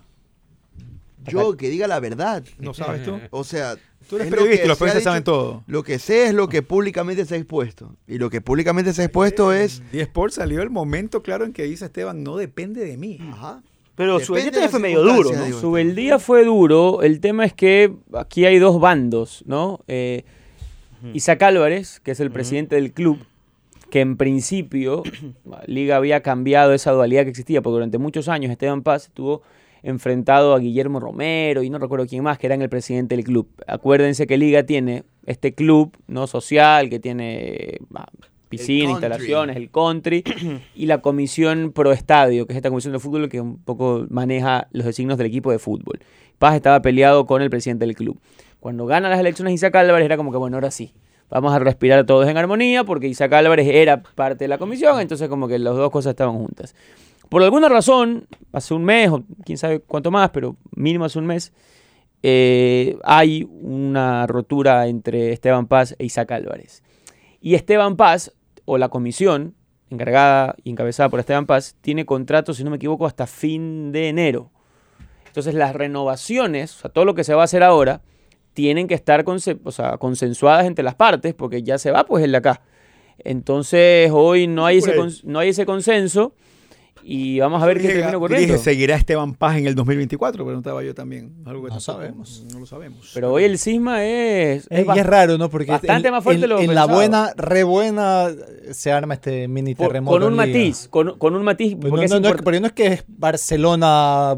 Yo que diga la verdad. ¿No sabes tú? O sea, Tú eres es lo periodista que y los se ha periodistas dicho. saben todo. Lo que sé es lo que públicamente se ha expuesto. Y lo que públicamente se ha expuesto es... 10 Sports salió el momento claro en que dice Esteban, no depende de mí. Ajá. pero Depende su de también las fue medio duro, ¿no? circunstancias, digo. Subeldía fue duro. El tema es que aquí hay dos bandos, ¿no? Isaac Álvarez, que es el presidente del club, que en principio la Liga había cambiado esa dualidad que existía, porque durante muchos años Esteban Paz estuvo enfrentado a Guillermo Romero y no recuerdo quién más, que eran el presidente del club. Acuérdense que Liga tiene este club no social, que tiene piscina, country. instalaciones, el country, y la comisión pro estadio, que es esta comisión de fútbol que un poco maneja los designios del equipo de fútbol. Paz estaba peleado con el presidente del club. Cuando gana las elecciones Isaac Álvarez era como que, bueno, ahora sí, vamos a respirar todos en armonía, porque Isaac Álvarez era parte de la comisión, entonces como que las dos cosas estaban juntas. Por alguna razón, hace un mes, o quién sabe cuánto más, pero mínimo hace un mes, hay una rotura entre Esteban Paz e Isaac Álvarez. Y Esteban Paz, o la comisión encargada y encabezada por Esteban Paz, tiene contrato, si no me equivoco, hasta fin de enero. Entonces las renovaciones, o sea, todo lo que se va a hacer ahora, tienen que estar consensuadas entre las partes, porque ya se va pues el de acá. Entonces hoy no hay ese consenso y vamos a ver qué termina ocurriendo. Dije, ¿seguirá Esteban Paz en el 2024? Preguntaba yo también. Algo que No tampoco- sabemos. No lo sabemos. Pero hoy el cisma es Y es raro, ¿no? Porque bastante más fuerte de lo en la pensado. buena, re buena, se arma este mini terremoto. con un en Liga. matiz, con un matiz. Pues Porque porque no es que es Barcelona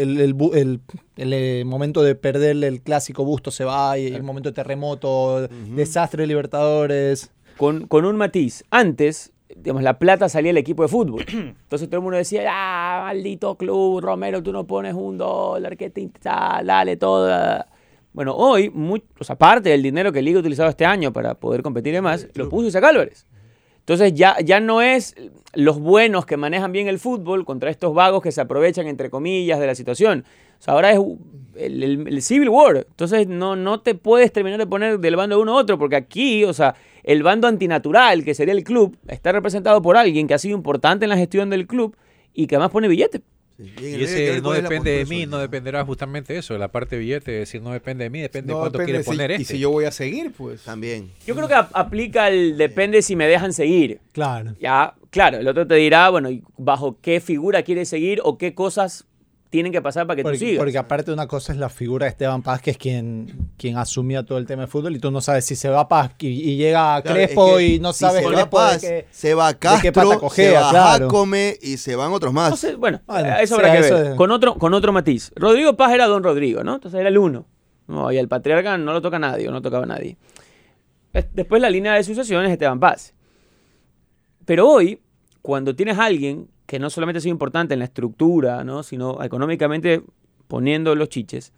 el momento de perderle el clásico Busto se va y el momento de terremoto, desastre de Libertadores. con un matiz. Antes, digamos, la plata salía del equipo de fútbol. Entonces todo el mundo decía, maldito club, Romero, tú no pones $1, que te dale todo. Bueno, hoy, parte del dinero que Liga ha utilizado este año para poder competir y demás, lo puso Isaac Álvarez. Entonces ya no es los buenos que manejan bien el fútbol contra estos vagos que se aprovechan, entre comillas, de la situación. O sea, ahora es el Civil War. Entonces no te puedes terminar de poner del bando de uno u otro, porque aquí, o sea, el bando antinatural, que sería el club, está representado por alguien que ha sido importante en la gestión del club y que además pone billete. Y ese no depende de mí, no dependerá justamente de eso, de la parte de billete, es decir, no depende de mí, depende de cuánto quiere poner Y si yo voy a seguir, pues. También. Yo creo que aplica el depende si me dejan seguir. Claro. Ya, claro, el otro te dirá, bueno, ¿y bajo qué figura quieres seguir o qué cosas tienen que pasar para que tú sigas? Porque aparte una cosa es la figura de Esteban Paz, que es quien asumía todo el tema de fútbol, y tú no sabes si se va Paz y llega Claro, Crespo es que y no si sabes se va Crespo Paz, de qué- se va de qué pata Castro, cojea, se va claro. Jacome y se van otros más. No sé, bueno, Bueno, eso sí, habrá que eso ver. es. Con otro matiz. Rodrigo Paz era Don Rodrigo, ¿no? Entonces era el uno. No, y el patriarca no lo toca nadie, o no tocaba a nadie. Después la línea de sucesión es Esteban Paz. Pero hoy, cuando tienes a alguien que no solamente ha sido importante en la estructura, ¿no? Sino económicamente poniendo los chiches,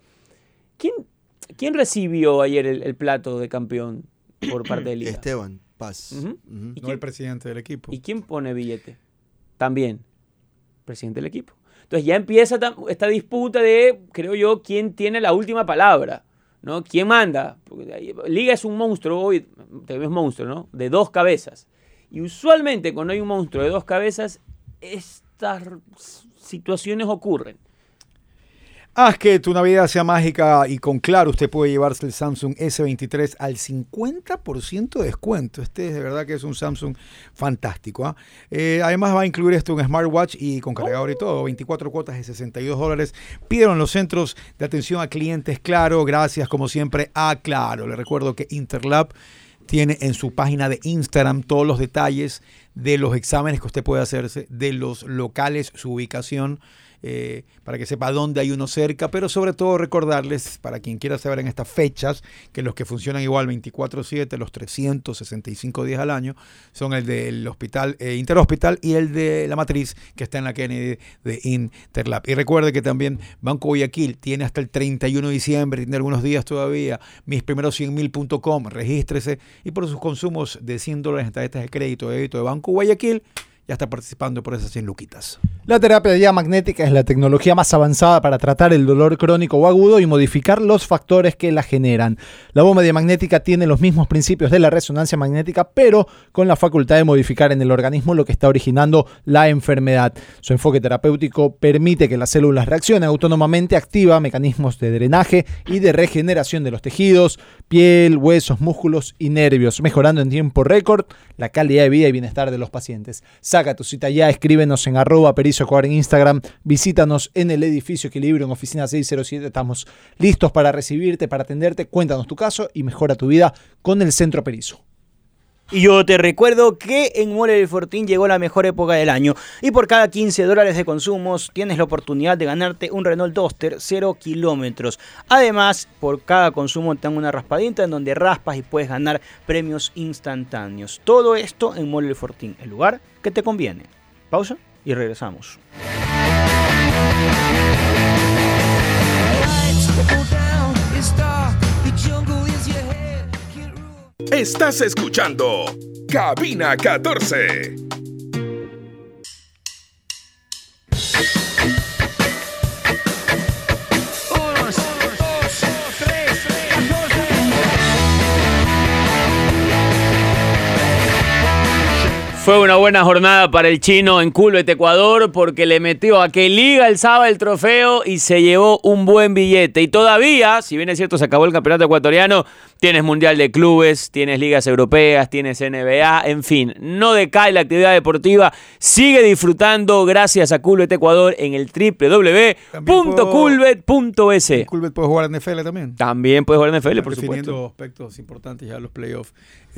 ¿quién recibió ayer el plato de campeón por parte de Liga? Esteban Paz. Ujú. Ujú. ¿Y No quién- el presidente del equipo. ¿Y quién pone billete? También, presidente del equipo. Entonces ya empieza esta disputa de, creo yo, quién tiene la última palabra, ¿no? ¿Quién manda? Porque Liga es un monstruo hoy, te ves monstruo, ¿no? De 2 cabezas. Y usualmente cuando hay un monstruo de 2 cabezas, estas situaciones ocurren. Haz que tu Navidad sea mágica y con Claro usted puede llevarse el Samsung S23 al 50% de descuento. Este es de verdad que es un Samsung fantástico. ¿Ah? Además va a incluir esto un smartwatch y con cargador y todo. 24 cuotas de $62. Pídelo en los centros de atención a clientes Claro. Gracias como siempre a Claro. Le recuerdo que Interlab tiene en su página de Instagram todos los detalles de los exámenes que usted puede hacerse, de los locales, su ubicación para que sepa dónde hay uno cerca, pero sobre todo recordarles, para quien quiera saber en estas fechas, que los que funcionan igual 24/7, los 365 días al año, son el del hospital Interhospital y el de la Matriz, que está en la Kennedy de Interlab. Y recuerde que también Banco Guayaquil tiene hasta el 31 de diciembre, tiene algunos días todavía, misprimeros100.000.com, regístrese, y por sus consumos de $100 en tarjetas de crédito de débito de Banco Guayaquil, ya está participando por esas 100 luquitas. La terapia diamagnética es la tecnología más avanzada para tratar el dolor crónico o agudo y modificar los factores que la generan. La bomba diamagnética tiene los mismos principios de la resonancia magnética, pero con la facultad de modificar en el organismo lo que está originando la enfermedad. Su enfoque terapéutico permite que las células reaccionen autónomamente, activa mecanismos de drenaje y de regeneración de los tejidos, piel, huesos, músculos y nervios, mejorando en tiempo récord la calidad de vida y bienestar de los pacientes. Saca tu cita ya, escríbenos en @PericioEcuador en Instagram, visítanos en el edificio Equilibrio en oficina 607, estamos listos para recibirte, para atenderte, cuéntanos tu caso y mejora tu vida con el Centro Perizo. Y yo te recuerdo que en Mole del Fortín llegó la mejor época del año y por cada $15 de consumos tienes la oportunidad de ganarte un Renault Duster 0 kilómetros. Además, por cada consumo te dan una raspadita en donde raspas y puedes ganar premios instantáneos. Todo esto en Mole del Fortín, el lugar que te conviene. Pausa y regresamos. Estás escuchando Cabina 14. Fue una buena jornada para el chino en Culbet, Ecuador, porque le metió a que Liga alzaba el trofeo y se llevó un buen billete. Y todavía, si bien es cierto, se acabó el campeonato ecuatoriano, tienes Mundial de Clubes, tienes ligas europeas, tienes NBA, en fin, no decae la actividad deportiva, sigue disfrutando gracias a Culbet Ecuador en el www.culbet.es. En Culbet puedes jugar en NFL también. También puedes jugar en NFL, por Definiendo supuesto. aspectos importantes ya en los playoffs.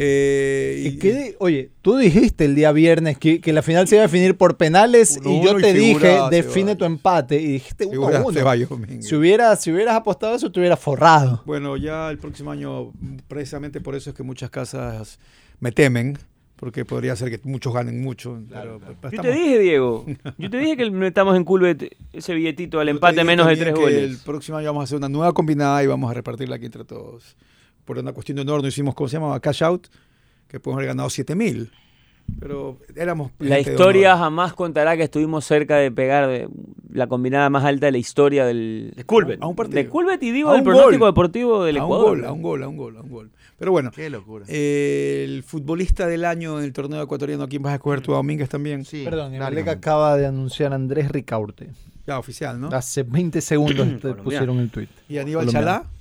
Oye, tú dijiste el día viernes que la final se iba a definir por penales 1-1 y yo te y dije, figura define Ceballos. tu empate y dijiste Figura 1-1. Ceballos, Domínguez. Si hubieras apostado eso, te hubieras forrado. Bueno, ya el próximo año, precisamente por eso es que muchas casas me temen, porque podría ser que muchos ganen mucho. Pero Yo te dije, Diego, yo te dije que metamos en Culbet ese billetito al empate menos de 3 goles. El próximo año vamos a hacer una nueva combinada y vamos a repartirla aquí entre todos. Por una cuestión de honor, no hicimos, ¿cómo se llama? Cash out, que podemos haber ganado 7.000. Pero éramos... La gente de historia honor. jamás contará que estuvimos cerca de pegar la combinada más alta de la historia de Culbet. A un partido. De Culbet y digo A del un pronóstico gol. deportivo del A un Ecuador. gol. Pero bueno, Qué locura. el futbolista del año en el torneo ecuatoriano, ¿quién vas a escoger tú, a Domínguez también? Sí, Perdón, larga. Emelec acaba de anunciar a Andrés Ricaurte. Ya, oficial, ¿no? Hace 20 segundos te Colombiano. pusieron el tweet. Y Aníbal Colombiano. Chalá.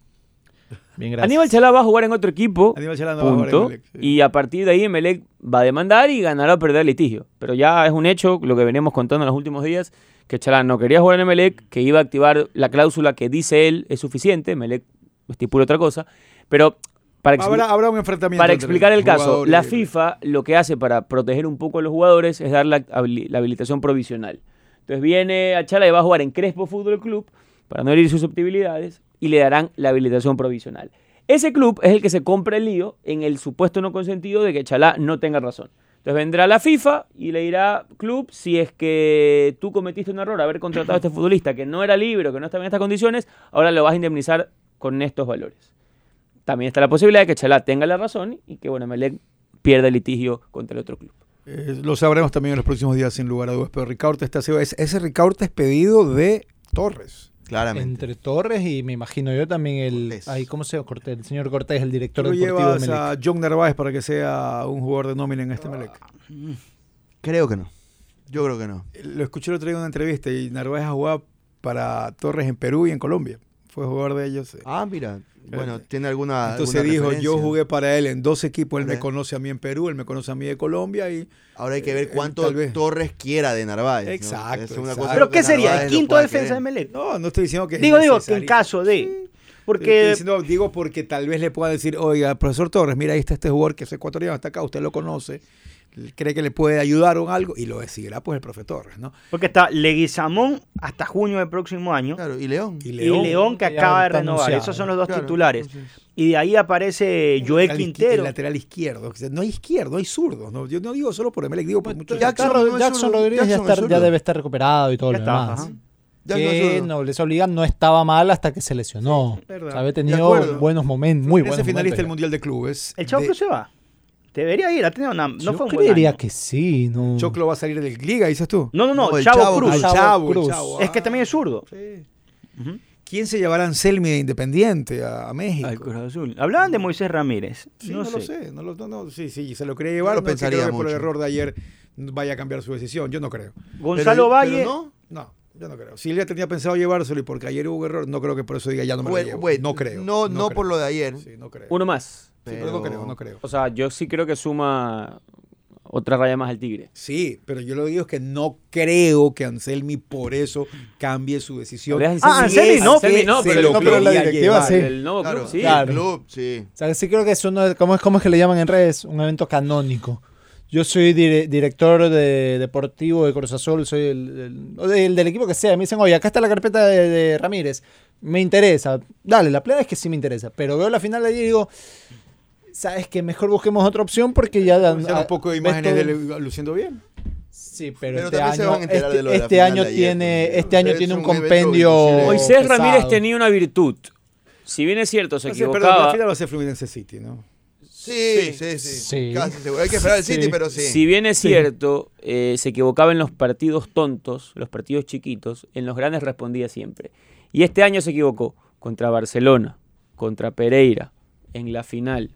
Bien, gracias. Aníbal Chalá va a jugar en otro equipo, Aníbal Chalá no va a jugar en punto, Emelec, sí. y a partir de ahí Emelec va a demandar y ganará o perder el litigio. Pero ya es un hecho, lo que veníamos contando en los últimos días, que Chalá no quería jugar en Emelec, que iba a activar la cláusula que dice él es suficiente, Emelec estipula otra cosa, pero para Habrá un enfrentamiento. Para entre explicar el caso, jugador y- la FIFA lo que hace para proteger un poco a los jugadores es dar la habilitación provisional. Entonces viene a Chala y va a jugar en Crespo Fútbol Club para no herir susceptibilidades y le darán la habilitación provisional. Ese club es el que se compra el lío en el supuesto no consentido de que Chalá no tenga razón. Entonces vendrá la FIFA y le dirá, club, si es que tú cometiste un error haber contratado a este futbolista que no era libre o que no estaba en estas condiciones, ahora lo vas a indemnizar con estos valores. También está la posibilidad de que Chalá tenga la razón y que bueno, Emelec pierda el litigio contra el otro club. Lo sabremos también en los próximos días, sin lugar a dudas. Pero Ricaurte está ese Ricaurte es pedido de Torres. Claramente. Entre Torres y me imagino yo también Cortés. ¿cómo se llama Cortés? El señor Cortés, el director Tú lo deportivo de llevas Emelec. a John Narváez para que sea un jugador de nómina en este Emelec. Creo que no. Yo creo que no. Lo escuché el otro día en una entrevista y Narváez ha jugado para Torres en Perú y en Colombia. Fue jugador de ellos. Ah, mira. Bueno, tiene alguna. Entonces alguna dijo, referencia. yo jugué para él en 2 equipos, él me Ok. conoce a mí en Perú, él me conoce a mí de Colombia y Ahora hay que ver cuánto tal vez. Torres quiera de Narváez. ¿no? Exacto, Es una exacto. cosa ¿Pero que qué sería? Narváez ¿El lo quinto pueda defensa de querer. Emelec? no estoy diciendo que es Digo, que en necesario. caso de... Estoy Porque... diciendo, digo porque tal vez le pueda decir, oiga, profesor Torres, mira, ahí está este jugador que es ecuatoriano, está acá, usted lo conoce, cree que le puede ayudar o algo y lo decidirá pues el profe Torres, ¿no? Porque está Leguizamón hasta junio del próximo año. Claro, y León. Y León que Ya acaba de está renovar. anunciado. Esos son los dos Claro, titulares. entonces- Y de ahí aparece Joel El Quintero. lateral izquierdo. O sea, no hay izquierdo, hay zurdos. ¿no? Yo no digo solo por Emelec, digo por muchos. Jackson no es Jackson zurdo, Rodríguez Jackson ya, es zurdo. debe estar recuperado y todo Ya lo está, demás. ajá. Jackson es Que zurdo. Nobleza Obliga no estaba mal hasta que se lesionó. verdad. O sea, había De tenido acuerdo. buenos momentos, muy Ese buenos finalista del momentos. Mundial de Clubes. El Chavo de- Cruz se va. Debería ir. Ha tenido una, no Yo fue un buen creería año. que sí. No. Choclo va a salir del Liga, dices tú. No, No, el Chavo, Chavo Cruz. Cruz. El Chavo Cruz. Chavo, Es que ah. también es zurdo. Sí. Ujú. ¿Quién se llevará a Anselmi de Independiente a México? Al Cruz Azul. Hablaban de Moisés Ramírez. Sí, no no lo sé. sé. Sí, se lo quería llevar. lo No es que pensaría creo que por el mucho. error de ayer vaya a cambiar su decisión. Yo no creo. Gonzalo Valle. Pero no. No, yo no creo. Silvia tenía pensado llevárselo y porque ayer hubo un error, no creo que por eso diga ya no me lo Bueno, llevo. bueno, no creo. No, no creo. por lo de ayer. Sí, no creo. Uno más. Sí, pero no creo. O sea, yo sí creo que suma otra raya más al Tigre. Sí, pero yo lo que digo es que no creo que Anselmi por eso cambie su decisión. Hablas de Anselmi no, Anselmi no, se pero, lo no, pero la quería directiva llevar. sí. el nuevo Claro, club, sí. Claro. el club, sí. O sea, sí creo que es uno, ¿cómo es que le llaman en redes? Un evento canónico. Yo soy director de deportivo de Cruz Azul, soy el del equipo que sea. Me dicen, oye, acá está la carpeta de Ramírez. Me interesa. Dale, la plena es que sí me interesa. Pero veo la final de ayer y digo, ¿sabes qué? Mejor busquemos otra opción porque ya... Hacer un poco de ves imágenes todo- de él luciendo bien. Sí, pero, Pero este también se año, van a enterar de lo de la este final año de ayer, tiene, porque este año es tiene un un evento compendio difícil. Moisés pesado. Ramírez tenía una virtud. Si bien es cierto, se Perdón, equivocaba. la final va a ser Fluminense City, ¿no? Sí. Sí. Casi seguro. Hay que esperar el Sí. City, pero sí. Si bien es cierto, se equivocaba en los partidos tontos, los partidos chiquitos, en los grandes respondía siempre. Y este año se equivocó contra Barcelona, contra Pereira, en la final.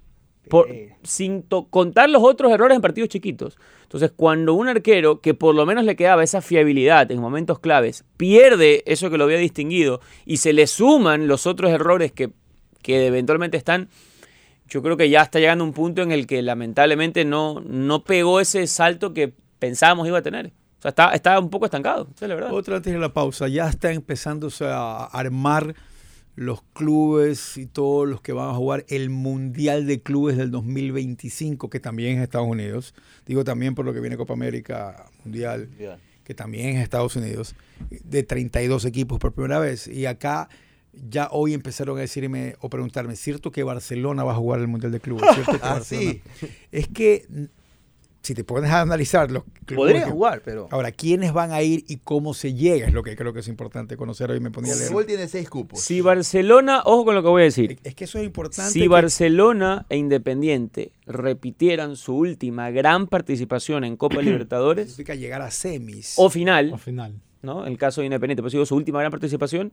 Sin contar los otros errores en partidos chiquitos. Entonces, cuando un arquero, que por lo menos le quedaba esa fiabilidad en momentos claves, pierde eso que lo había distinguido y se le suman los otros errores que eventualmente están, yo creo que ya está llegando un punto en el que lamentablemente no pegó ese salto que pensábamos iba a tener. O sea, está un poco estancado, esa es la verdad. Otra antes de la pausa, ya está empezándose a armar los clubes y todos los que van a jugar el Mundial de Clubes del 2025, que también es Estados Unidos. Digo también por lo que viene Copa América Mundial, que también es Estados Unidos, de 32 equipos por primera vez. Y acá ya hoy empezaron a decirme o preguntarme, ¿cierto que Barcelona va a jugar el Mundial de Clubes? ¿Cierto que Sí. Es que si te pones a analizar los clubes Podría que- jugar, pero. Ahora, ¿quiénes van a ir y cómo se llega? Es lo que creo que es importante conocer. Hoy me ponía a leer. Conmebol tiene 6 cupos. Si Barcelona, ojo con lo que voy a decir, Es que eso es importante. si que- Barcelona e Independiente repitieran su última gran participación en Copa Libertadores significa llegar a semis. o final, Al final. ¿no? En el caso de Independiente, pues digo, su última gran participación,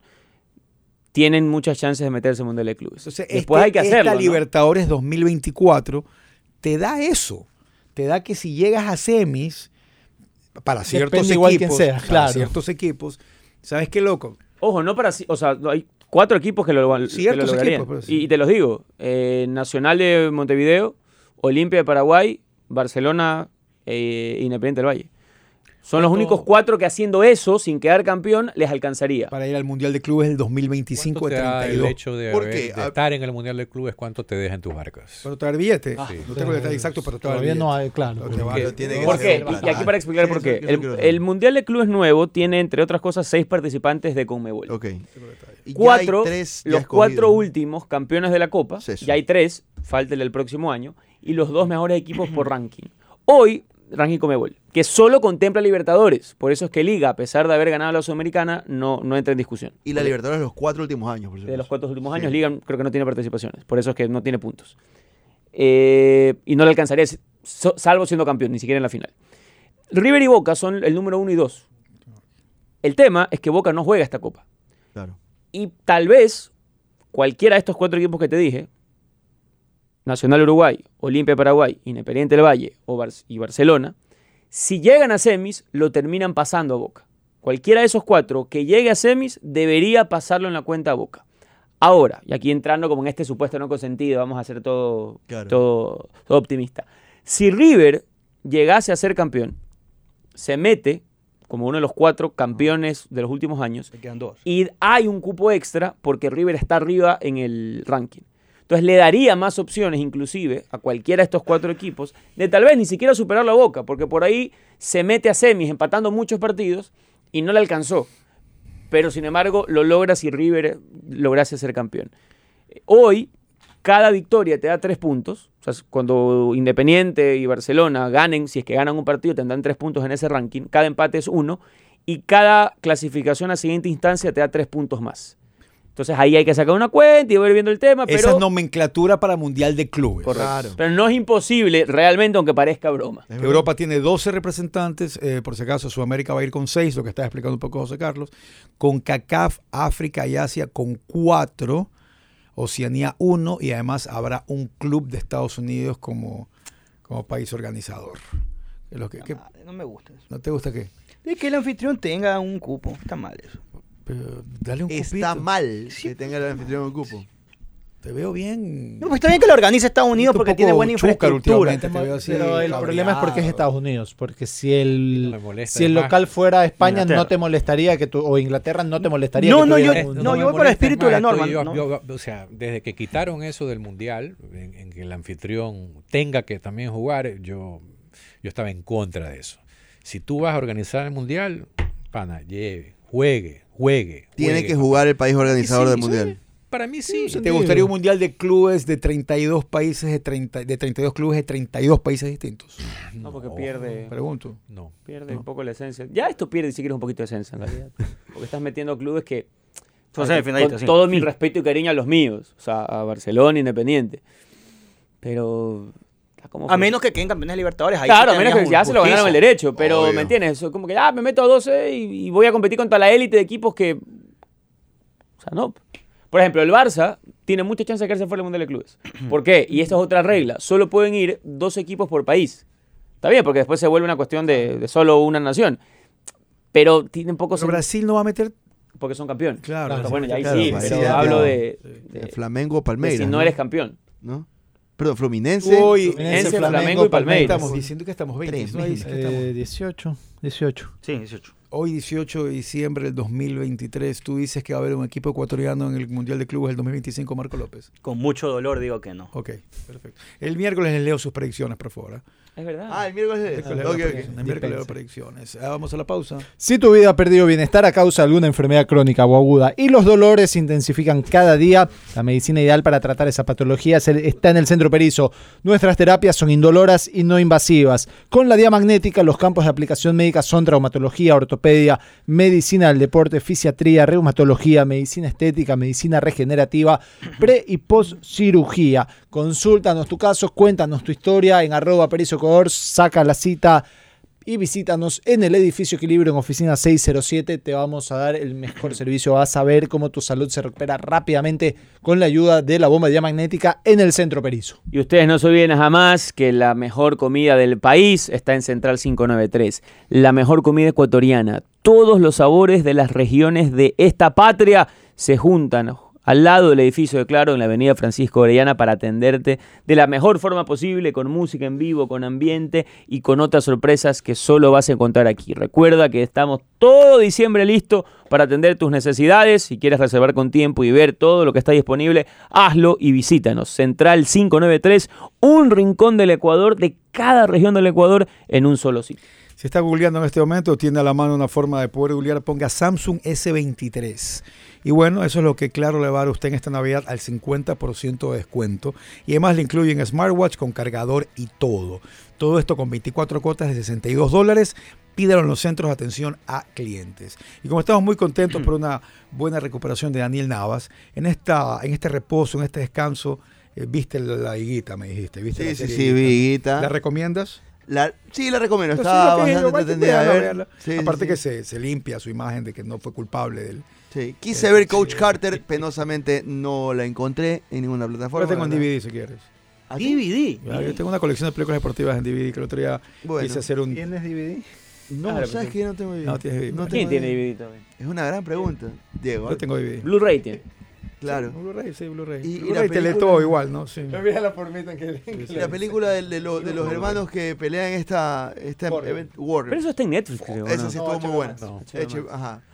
tienen muchas chances de meterse en Mundial de Clubes. Entonces, Después hay que hacerlo, esta ¿no? Libertadores 2024 te da eso. Te da que si llegas a semis, para ciertos Depende igual equipos, quién sea, para claro. ciertos equipos, ¿sabes qué loco? Ojo, no para... O sea, hay 4 equipos que lo Ciertos lograrían. equipos, pues, sí. Y te los digo, Nacional de Montevideo, Olimpia de Paraguay, Barcelona Independiente del Valle. Son los ¿Cuánto- únicos 4 que haciendo eso, sin quedar campeón, les alcanzaría. Para ir al Mundial de Clubes del 2025 ¿Cuánto de te da 32. el hecho de, ¿Por qué? de estar en el Mundial de Clubes? ¿Cuánto te deja en tus arcas? Pero te da el billete. Ah, No tengo el detalle exacto, pero te da el Todavía no billete. hay, claro. Pero te va- Pero tiene que ¿Por ser qué? un Y plan. aquí para explicar Sí, por qué. eso quiero El Mundial de Clubes nuevo tiene, entre otras cosas, 6 participantes de Conmebol. Ok. Y ya 4, hay 3 ya los 4 escogidos. últimos campeones de la Copa, Es eso. ya hay 3, falta el del próximo año, y los 2 mejores equipos por ranking. Hoy, ranking Conmebol, que solo contempla Libertadores, por eso es que Liga, a pesar de haber ganado la Sudamericana, no entra en discusión. Y la Libertadores los 4 últimos años, por De supuesto. los 4 últimos Sí. años, Liga creo que no tiene participaciones, por eso es que no tiene puntos. Y no le alcanzaría, salvo siendo campeón, ni siquiera en la final. River y Boca son el número 1 y 2. El tema es que Boca no juega esta Copa. Claro. Y tal vez cualquiera de estos 4 equipos que te dije, Nacional Uruguay, Olimpia Paraguay, Independiente del Valle y Barcelona, si llegan a semis, lo terminan pasando a Boca. Cualquiera de esos 4 que llegue a semis debería pasarlo en la cuenta a Boca. Ahora, y aquí entrando como en este supuesto no consentido, vamos a ser todo optimista. Si River llegase a ser campeón, se mete como uno de los 4 campeones de los últimos años, Se quedan 2. y hay un cupo extra porque River está arriba en el ranking. Entonces le daría más opciones, inclusive, a cualquiera de estos 4 equipos, de tal vez ni siquiera superar la Boca, porque por ahí se mete a semis empatando muchos partidos y no le alcanzó. Pero sin embargo lo logra si River lograse ser campeón. Hoy, cada victoria te da 3 puntos. O sea, cuando Independiente y Barcelona ganen, si es que ganan un partido, tendrán 3 puntos en ese ranking. Cada empate es 1. Y cada clasificación a siguiente instancia te da 3 puntos más. Entonces ahí hay que sacar una cuenta y ir viendo el tema. Esa Pero, es nomenclatura para Mundial de Clubes. correcto. Claro. Pero no es imposible, realmente, aunque parezca broma. Europa tiene 12 representantes, por si acaso Sudamérica va a ir con 6, lo que está explicando un poco José Carlos. Con CONCACAF, África y Asia con 4, Oceanía 1 y además habrá un club de Estados Unidos como país organizador. No me gusta eso. ¿No te gusta qué? De que el anfitrión tenga un cupo. Está mal eso. Pero dale un Está cupito. mal que tenga el anfitrión un cupo. Te veo bien. No, pues está bien que lo organice Estados Unidos Un porque poco tiene buena chúcar infraestructura. últimamente, te veo así Pero el problema es porque es cabreado. Estados Unidos. Porque si No el, me molesta, si el además. local fuera España, Inglaterra. no te molestaría que o Inglaterra no te molestaría No, que no, tuviera yo- un- no, me yo voy por el molesta, espíritu es de la más, norma, ¿no? o sea, desde que quitaron eso del Mundial, en que el anfitrión tenga que también jugar, yo estaba en contra de eso. Si tú vas a organizar el Mundial, pana, juegue. Tiene que jugar el país organizador del mundial. Para mí sí. ¿Te gustaría un mundial de clubes de 32 países, de 32 clubes de 32 países distintos? No, porque pierde Pregunto. No. un poco la esencia. Ya esto pierde si quieres un poquito de esencia, en realidad. Porque estás metiendo clubes que... Son semifinalistas, con sí. todo mi respeto y cariño a los míos. O sea, a Barcelona, Independiente. Pero... A menos que queden campeones de Libertadores. Ahí Claro, sí a menos que tendrías ya se lo ganaron el derecho. Pero, Obvio. ¿me entiendes? Eso, como que, me meto a 12 y voy a competir contra la élite de equipos que... O sea, no. Por ejemplo, el Barça tiene mucha chance de quedarse fuera del Mundial de Clubes. ¿Por qué? Y esta es otra regla. Solo pueden ir 2 equipos por país. Está bien, porque después se vuelve una cuestión de solo una nación. Pero tienen pocos... Pero Brasil no va a meter. Porque son campeones. Claro, Entonces, bueno, ya ahí claro, sí, sí, pero ya, hablo claro. de Flamengo o de Palmeiras. si no eres campeón. ¿No? Perdón, Fluminense. Hoy, Fluminense, Flamengo y Palmeiras. Estamos diciendo que estamos 20. ¿no? Dice que estamos. 18. Sí, 18. Hoy, 18 de diciembre del 2023, tú dices que va a haber un equipo ecuatoriano en el Mundial de Clubes del 2025, Marco López. Con mucho dolor digo que no. Ok, perfecto. El miércoles les leo sus predicciones, por favor. Es verdad. Ah, el miércoles es. El Ok, miércoles ok. el miércoles leo predicciones. Vamos a la pausa. Si tu vida ha perdido bienestar a causa de alguna enfermedad crónica o aguda y los dolores se intensifican cada día, la medicina ideal para tratar esa patología está en el Centro Perizo. Nuestras terapias son indoloras y no invasivas. Con la diamagnética, los campos de aplicación médica son traumatología, ortopedia, medicina del deporte, fisiatría, reumatología, medicina estética, medicina regenerativa, pre y post cirugía. Consúltanos tu caso, cuéntanos tu historia en @PerizoEcuador, saca la cita y visítanos en el edificio Equilibrio en oficina 607. Te vamos a dar el mejor servicio. Vas a ver cómo tu salud se recupera rápidamente con la ayuda de la bomba diamagnética en el Centro Perizo. Y ustedes no se olviden jamás que la mejor comida del país está en Central 593. La mejor comida ecuatoriana. Todos los sabores de las regiones de esta patria se juntan al lado del edificio de Claro en la avenida Francisco Orellana para atenderte de la mejor forma posible, con música en vivo, con ambiente y con otras sorpresas que solo vas a encontrar aquí. Recuerda que estamos todo diciembre listo para atender tus necesidades. Si quieres reservar con tiempo y ver todo lo que está disponible, hazlo y visítanos. Central 593, un rincón del Ecuador, de cada región del Ecuador en un solo sitio. Si está googleando en este momento, tiene a la mano una forma de poder googlear, ponga Samsung S23. Y bueno, eso es lo que Claro le va a dar a usted en esta Navidad al 50% de descuento. Y además le incluyen smartwatch con cargador y todo. Todo esto con 24 cuotas de $62. Pídalo en los centros de atención a clientes. Y como estamos muy contentos por una buena recuperación de Daniel Navas, en este reposo, en este descanso, viste la higuita, me dijiste. ¿Viste la Sí, sí, serie sí, Higuita? Viguita. ¿La recomiendas? Sí, la recomiendo. Pues Está sí, la bastante pego, entretenida de véanla. ver. Sí, Aparte sí, que sí. se limpia su imagen de que no fue culpable del... Sí. Quise ver Coach Carter, penosamente no la encontré en ninguna plataforma. Yo tengo en ¿verdad? DVD si quieres. ¿Ah, sí? DVD. Ya, yo tengo una colección de películas deportivas en DVD que el otro día Bueno. quise hacer un... ¿Tienes DVD? No, Claro, ¿sabes pues, qué? No tengo DVD. No, tienes DVD. No ¿Quién tengo tiene DVD. DVD también? Es una gran pregunta, Diego. Yo tengo DVD. Blu-ray tiene. Claro. Blu-ray, sí, Blu-ray. Y Blu-ray la te lee película- todo igual, ¿no? Sí. Mira la formita en que Y la película de los hermanos que pelean esta Warner. event Warner. Pero eso está en Netflix, creo. Esa ¿no? sí No, estuvo muy HBO buena. Max. No. Ajá.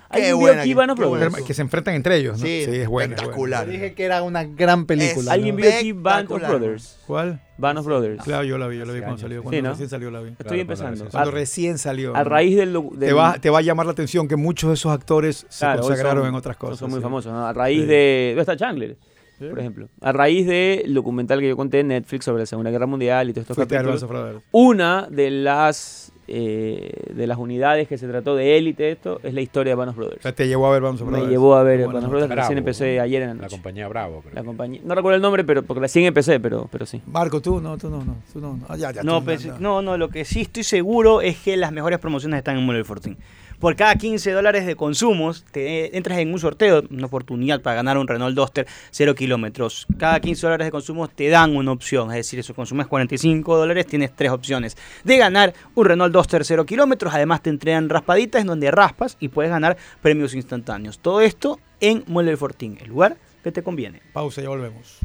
¿Alguien vio buena, aquí Band of qué buena. Brothers? Que se enfrentan entre ellos, ¿no? Sí, es bueno. espectacular. Yo dije que era una gran película. ¿Alguien ¿no? vio aquí Band of Espectacular. Brothers? ¿Cuál? Band of Brothers. Claro, yo la vi cuando salió. Cuando Sí, ¿no? recién salió la vi. Estoy empezando. Cuando recién salió. A ¿no? raíz del... Te va a llamar la atención que muchos de esos actores se Claro, hoy consagraron son- en otras cosas. Son muy sí. famosos, ¿no? A raíz Sí. de... ¿Dónde está Chandler? Por ejemplo. A raíz del documental que yo conté en Netflix sobre la Segunda Guerra Mundial y todos estos Fuiste a capítulos. Band of Brothers. Una de las unidades que se trató de élite, esto, es la historia de Band of O Brothers. sea, te llevó a ver Band of Me Brothers. llevó a ver Bueno, Band of Brothers, Bravo, recién empecé ayer en la La noche. compañía Bravo, creo. La compañía, no recuerdo el nombre, pero porque recién empecé, pero sí. Marco, tú no. Ah, ya, No, tú pues, no, lo que sí estoy seguro es que las mejores promociones están en Mall del Fortín. Por cada $15 de consumos, te entras en un sorteo, una oportunidad para ganar un Renault Duster 0 kilómetros. Cada $15 de consumos te dan una opción, es decir, si consumes $45, tienes 3 opciones de ganar un Renault Duster 0 kilómetros. Además te entregan raspaditas en donde raspas y puedes ganar premios instantáneos. Todo esto en Mall del Fortín, el lugar que te conviene. Pausa, ya volvemos.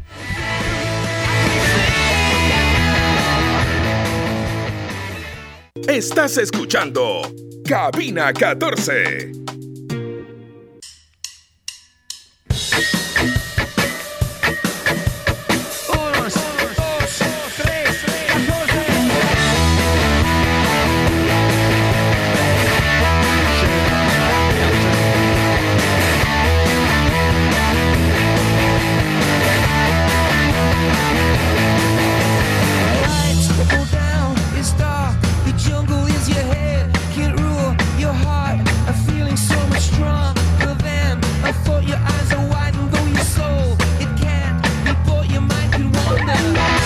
Estás escuchando Cabina 14. Lights go down, it's dark, the jungle is your head, can't rule your heart, I'm feeling so much stronger than I thought. Your eyes are wide and though your soul, it can't be bought, your mind can wander.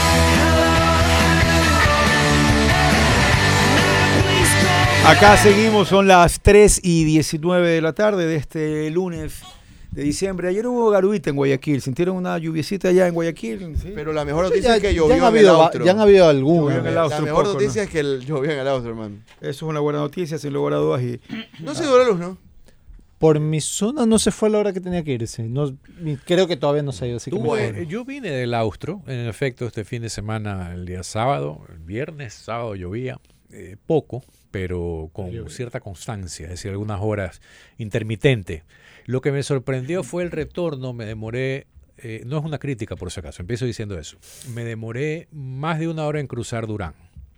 Acá seguimos, son las 3:19 de la tarde de este lunes de diciembre. Ayer hubo garubita en Guayaquil. ¿Sintieron una lluviecita allá en Guayaquil? ¿Sí? Pero la mejor Sí, noticia es que llovió han en el habido, Austro. ya han habido algunos. Llovió en el La Austro mejor poco, noticia ¿no? es que llovió en el Austro, hermano. Eso es una buena noticia, sin lugar a dudas. Y No se dio la luz, ¿no? Por mi zona no se fue a la hora que tenía que irse. No, creo que todavía no se ha ido. Así que Yo vine del Austro, en efecto, este fin de semana, el día sábado, el viernes, sábado llovía poco, pero con cierta constancia, es decir, algunas horas intermitente. Lo que me sorprendió fue el retorno, me demoré, no es una crítica por si acaso, empiezo diciendo eso, me demoré más de una hora en cruzar Durán.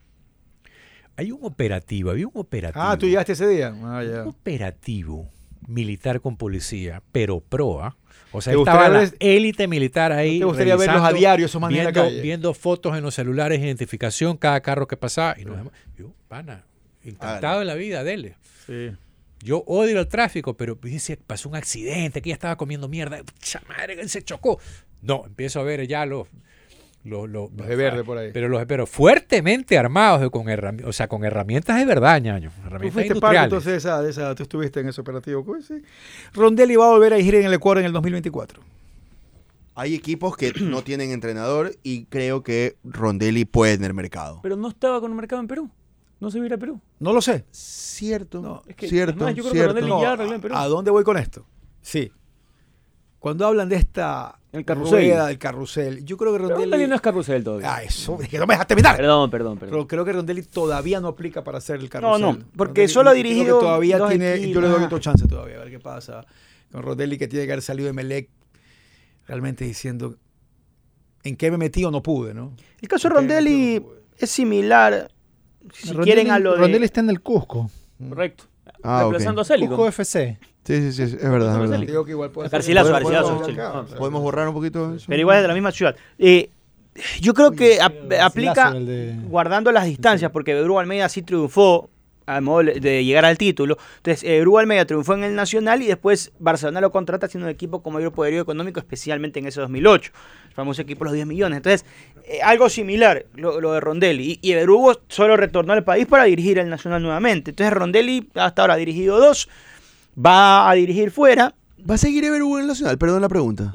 Había un operativo. tú llegaste ese día. Ah, Un ya. operativo militar con policía, pero proa. O sea, ¿Te estaba gustaría la élite militar ahí. ¿Te gustaría verlos a revisando, diario, esos manes en la calle? viendo fotos en los celulares, identificación, cada carro que pasaba. Y yo, pana, encantado de la vida, dele. Sí. Yo odio el tráfico, pero dice, pasó un accidente, que ya estaba comiendo mierda. ¡Cha madre, él se chocó! No, empiezo a ver ya los de verde por ahí. Pero fuertemente armados, con herramientas de verdad, ñaño. Tú Herramientas fuiste parte industriales. entonces de esa, tú estuviste en ese operativo. Pues, sí. Rondelli va a volver a dirigir en el Ecuador en el 2024. Hay equipos que no tienen entrenador y creo que Rondelli puede tener mercado. Pero no estaba con el mercado en Perú. No se iba a ir a Perú. No lo sé. Cierto, No, es que, cierto, es más, yo creo que cierto. Rondelli ya arregló en Perú. ¿A dónde voy con esto? Sí. Cuando hablan de esta El carrusel. rueda del carrusel, yo creo que Pero Rondelli... Rondelli no es carrusel todavía. Ah, eso, es que no me dejas terminar. Perdón. Pero creo que Rondelli todavía no aplica para hacer el carrusel. No, porque Rondelli solo ha creo que dirigido todavía dos tiene, equipos. yo le doy otro chance todavía, a ver qué pasa con Rondelli, que tiene que haber salido de Melec realmente diciendo en qué me metí o no pude, ¿no? El caso de ¿En qué me metí o Rondelli no pude? es similar, si Rondelli- quieren, a lo de... Rondelli está en el Cusco. Correcto. Ah, ok. Reemplazando a Célico. Cusco FC. Sí, es verdad, es verdad. Digo que igual puede El ser- Garcilaso, podemos- Garcilaso, podemos- Chile. acá, ¿Podemos borrar un poquito eso? Pero igual es de la misma ciudad. Yo creo que aplica Garcilaso, el de- guardando las distancias, porque Bedru Almeida sí triunfó a modo de llegar al título. Entonces, Bedru Almeida triunfó en el Nacional y después Barcelona lo contrata siendo un equipo con mayor poderío económico, especialmente en ese 2008. El famoso equipo de los 10 millones. Entonces, algo similar lo de Rondelli. Y Bedru solo retornó al país para dirigir el Nacional nuevamente. Entonces, Rondelli hasta ahora ha dirigido 2, va a dirigir fuera. ¿Va a seguir Everu en el Nacional? Perdón la pregunta.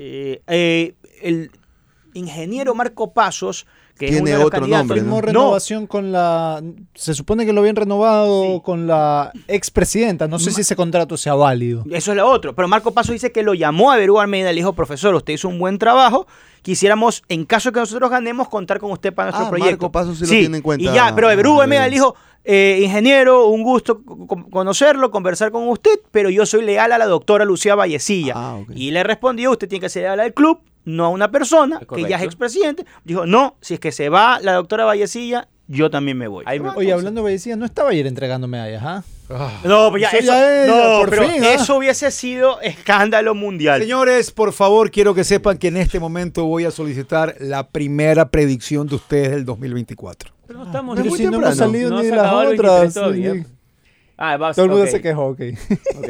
El ingeniero Marco Pasos, que es Tiene uno de los otro candidatos. nombre, Firmó ¿no? renovación con la... Se supone que lo habían renovado con la expresidenta. No sé si ese contrato sea válido. Eso es lo otro. Pero Marco Pasos dice que lo llamó a Bedru Almeida y le dijo, profesor, usted hizo un buen trabajo. Quisiéramos, en caso de que nosotros ganemos, contar con usted para nuestro Ah, proyecto. Marco Pasos sí lo tiene en cuenta. Y ya, pero Bedru Almeida le dijo, ingeniero, un gusto conocerlo, conversar con usted, pero yo soy leal a la doctora Lucía Vallecilla. Ok. Y le respondió, usted tiene que ser leal al club, no a una persona Es que ya es correcto. expresidente. Dijo, no, si es que se va la doctora Vallecilla, yo también me voy. Ahí me- Oye, hablando de medicina, no estaba ayer entregando medallas, ¿ah? No, pues ya, Eso eso, ya es, no, por pero fin, ¿ah? eso hubiese sido escándalo mundial. Señores, por favor, quiero que sepan que en este momento voy a solicitar la primera predicción de ustedes del 2024. Pero no estamos No es Pero muy si no hemos temprano. salido No ni se de las acabó el otras. 23 todavía. Sí. Vas, Todo el mundo ok. se quejó, ok. Ok.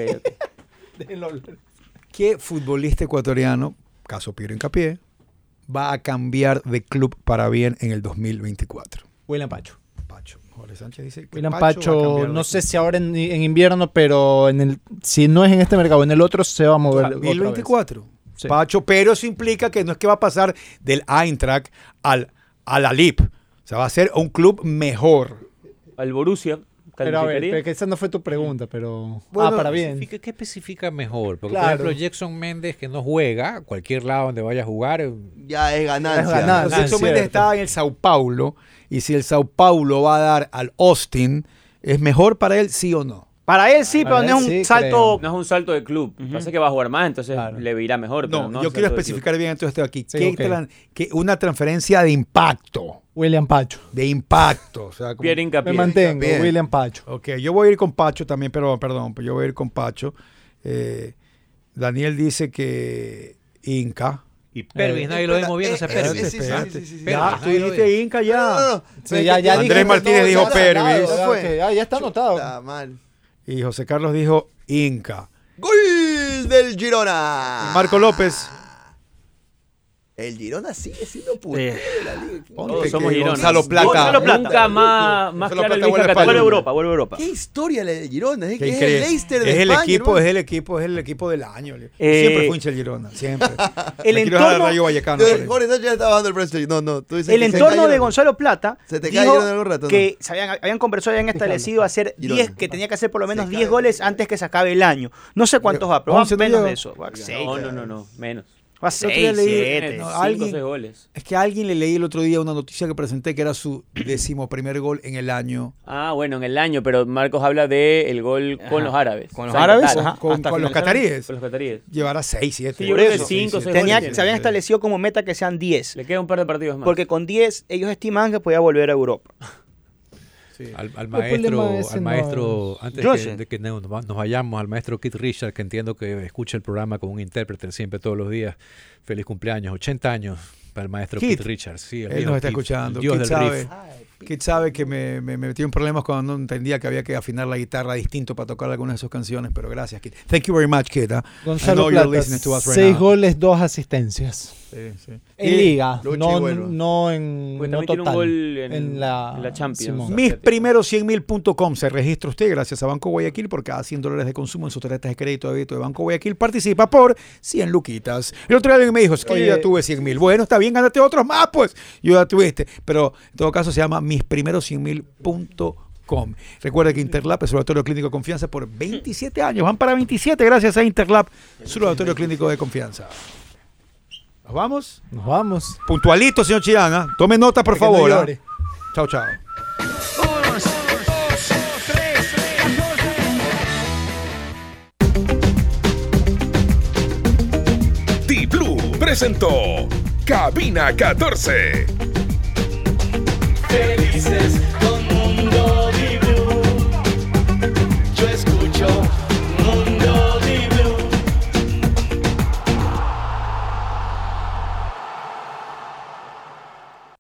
¿Qué futbolista ecuatoriano, caso Piero Hincapié, va a cambiar de club para bien en el 2024? William Pacho. Pacho. Jorge Sánchez dice que William Pacho va a Pacho, cambiar no de sé club. si ahora en invierno, pero si no es en este mercado, en el otro se va a mover. otra vez. 2024. Sí. Pacho, pero eso implica que no es que va a pasar del Eintracht a la LIP. O sea, va a ser un club mejor. Al Borussia. Pero a ver, calificaría. pero que esa no fue tu pregunta, pero... Bueno, para bien. ¿Qué especifica mejor? Porque, Claro. por ejemplo, Jackson Méndez, que no juega, cualquier lado donde vaya a jugar, Ya es ganancia. Es ganancia. Entonces, Jackson cierto. Méndez estaba en el Sao Paulo, y si el Sao Paulo va a dar al Austin, ¿es mejor para él, sí o no? Para él sí, pero Para no él es un sí, salto... No es un salto de club. Pasa que va a jugar más, entonces Claro. le irá mejor. pero No, es yo un quiero salto de especificar bien entonces aquí. Sí, ¿Qué ok. qué una transferencia de impacto. William Pacho. De impacto. O sea, club. como- Pierre Me Hincapié. mantengo, Bien. William Pacho. Ok, yo voy a ir con Pacho también, pero perdón, pues yo voy a ir con Pacho. Daniel dice que Inca. y Pervis, nadie lo ve moviéndose a Pervis. sí, Espérate, sí, sí, sí. Ya, Pervis, tú nadie lo dijiste ve. Inca ya. No. Sí, ya Andrés dije, Martínez no, dijo ya está Pervis. anotado, Fue. ok, ya está anotado. Está mal. Y José Carlos dijo Inca. Gol del Girona. Marco López. El Girona sigue siendo puntero de la liga. Ponte somos que Girona. Gonzalo Plata. Gonzalo Plata. Nunca más Gonzalo claro Plata el Luis vuelve a Catalán. Vuelve a Europa, vuelve a Europa. ¿Qué historia la de Girona? Es Qué que es increíble. el Leicester de es el España, equipo, hermano. es el equipo del año. Eh, Siempre fue hincha del Girona, siempre. el Le quiero dejar al entorno- Rayo Vallecano. Entonces, por eso. Jorge Sánchez ya estaba dando el precio. No, tú dices El que se entorno cayó. de Gonzalo Plata ¿Se te dijo cae Girona algún rato, no? que habían conversado, habían establecido hacer Girona. 10, que tenía que hacer por lo menos Se 10 cae. goles antes que se acabe el año. No sé cuántos va, pero va 11 no menos llegó. de eso. Va 6, No, menos. va otro día 6, leí- 7. no, 5 alguien- o 6 goles. Es que a alguien le leí el otro día una noticia que presenté que era su 11º gol en el año. Ah, bueno, en el año, pero Marcos habla de el gol con Ajá. los árabes. ¿Con O los sea, en árabes? Qatar. Ajá. Con hasta los finalizar. cataríes. Con los cataríes. Llevará 6, 7. Sí, yo creo que 5 o 6 goles. Se habían establecido como meta que sean 10. Le queda un par de partidos más. Porque con 10 ellos estiman que podía volver a Europa. Al problema ese maestro, antes Yo que- sé. de que nos vayamos, al maestro Keith Richard, que entiendo que escucha el programa como un intérprete siempre todos los días. Feliz cumpleaños, 80 años para el maestro Keith. Keith Richard. Sí, el Él viejo nos está Keith, escuchando. el dios Keith del sabe, riff. Keith sabe que me metí en problemas cuando no entendía que había que afinar la guitarra distinto para tocar algunas de sus canciones, pero gracias, Keith. Thank you very much, Keith. I Gonzalo know you're Plata, listening to us right 6 now. goles, 2 asistencias. Sí, sí. En Y liga, Luchi, no, bueno. no en Pues no también tiene un total. gol en la, la Champions. Simón. Misprimeros100.000.com se registra usted gracias a Banco Guayaquil por cada $100 de consumo en sus tarjetas de crédito de débito de Banco Guayaquil participa por 100 luquitas. El otro día alguien me dijo, es que yo Oye. ya tuve 100.000. Bueno, está bien, gánate otros más, pues. Yo ya tuviste. Pero en todo caso se llama misprimeros100.000.com. Recuerda que Interlab es su laboratorio clínico de confianza por 27 años. Van para 27 gracias a Interlab, su laboratorio clínico de confianza. ¿Nos vamos? Nos vamos. Puntualito, señor Chirana. Tome nota, por Que no favor. ¿ah? llore. Chao, chao. T-Blue presentó Cabina 14. Felices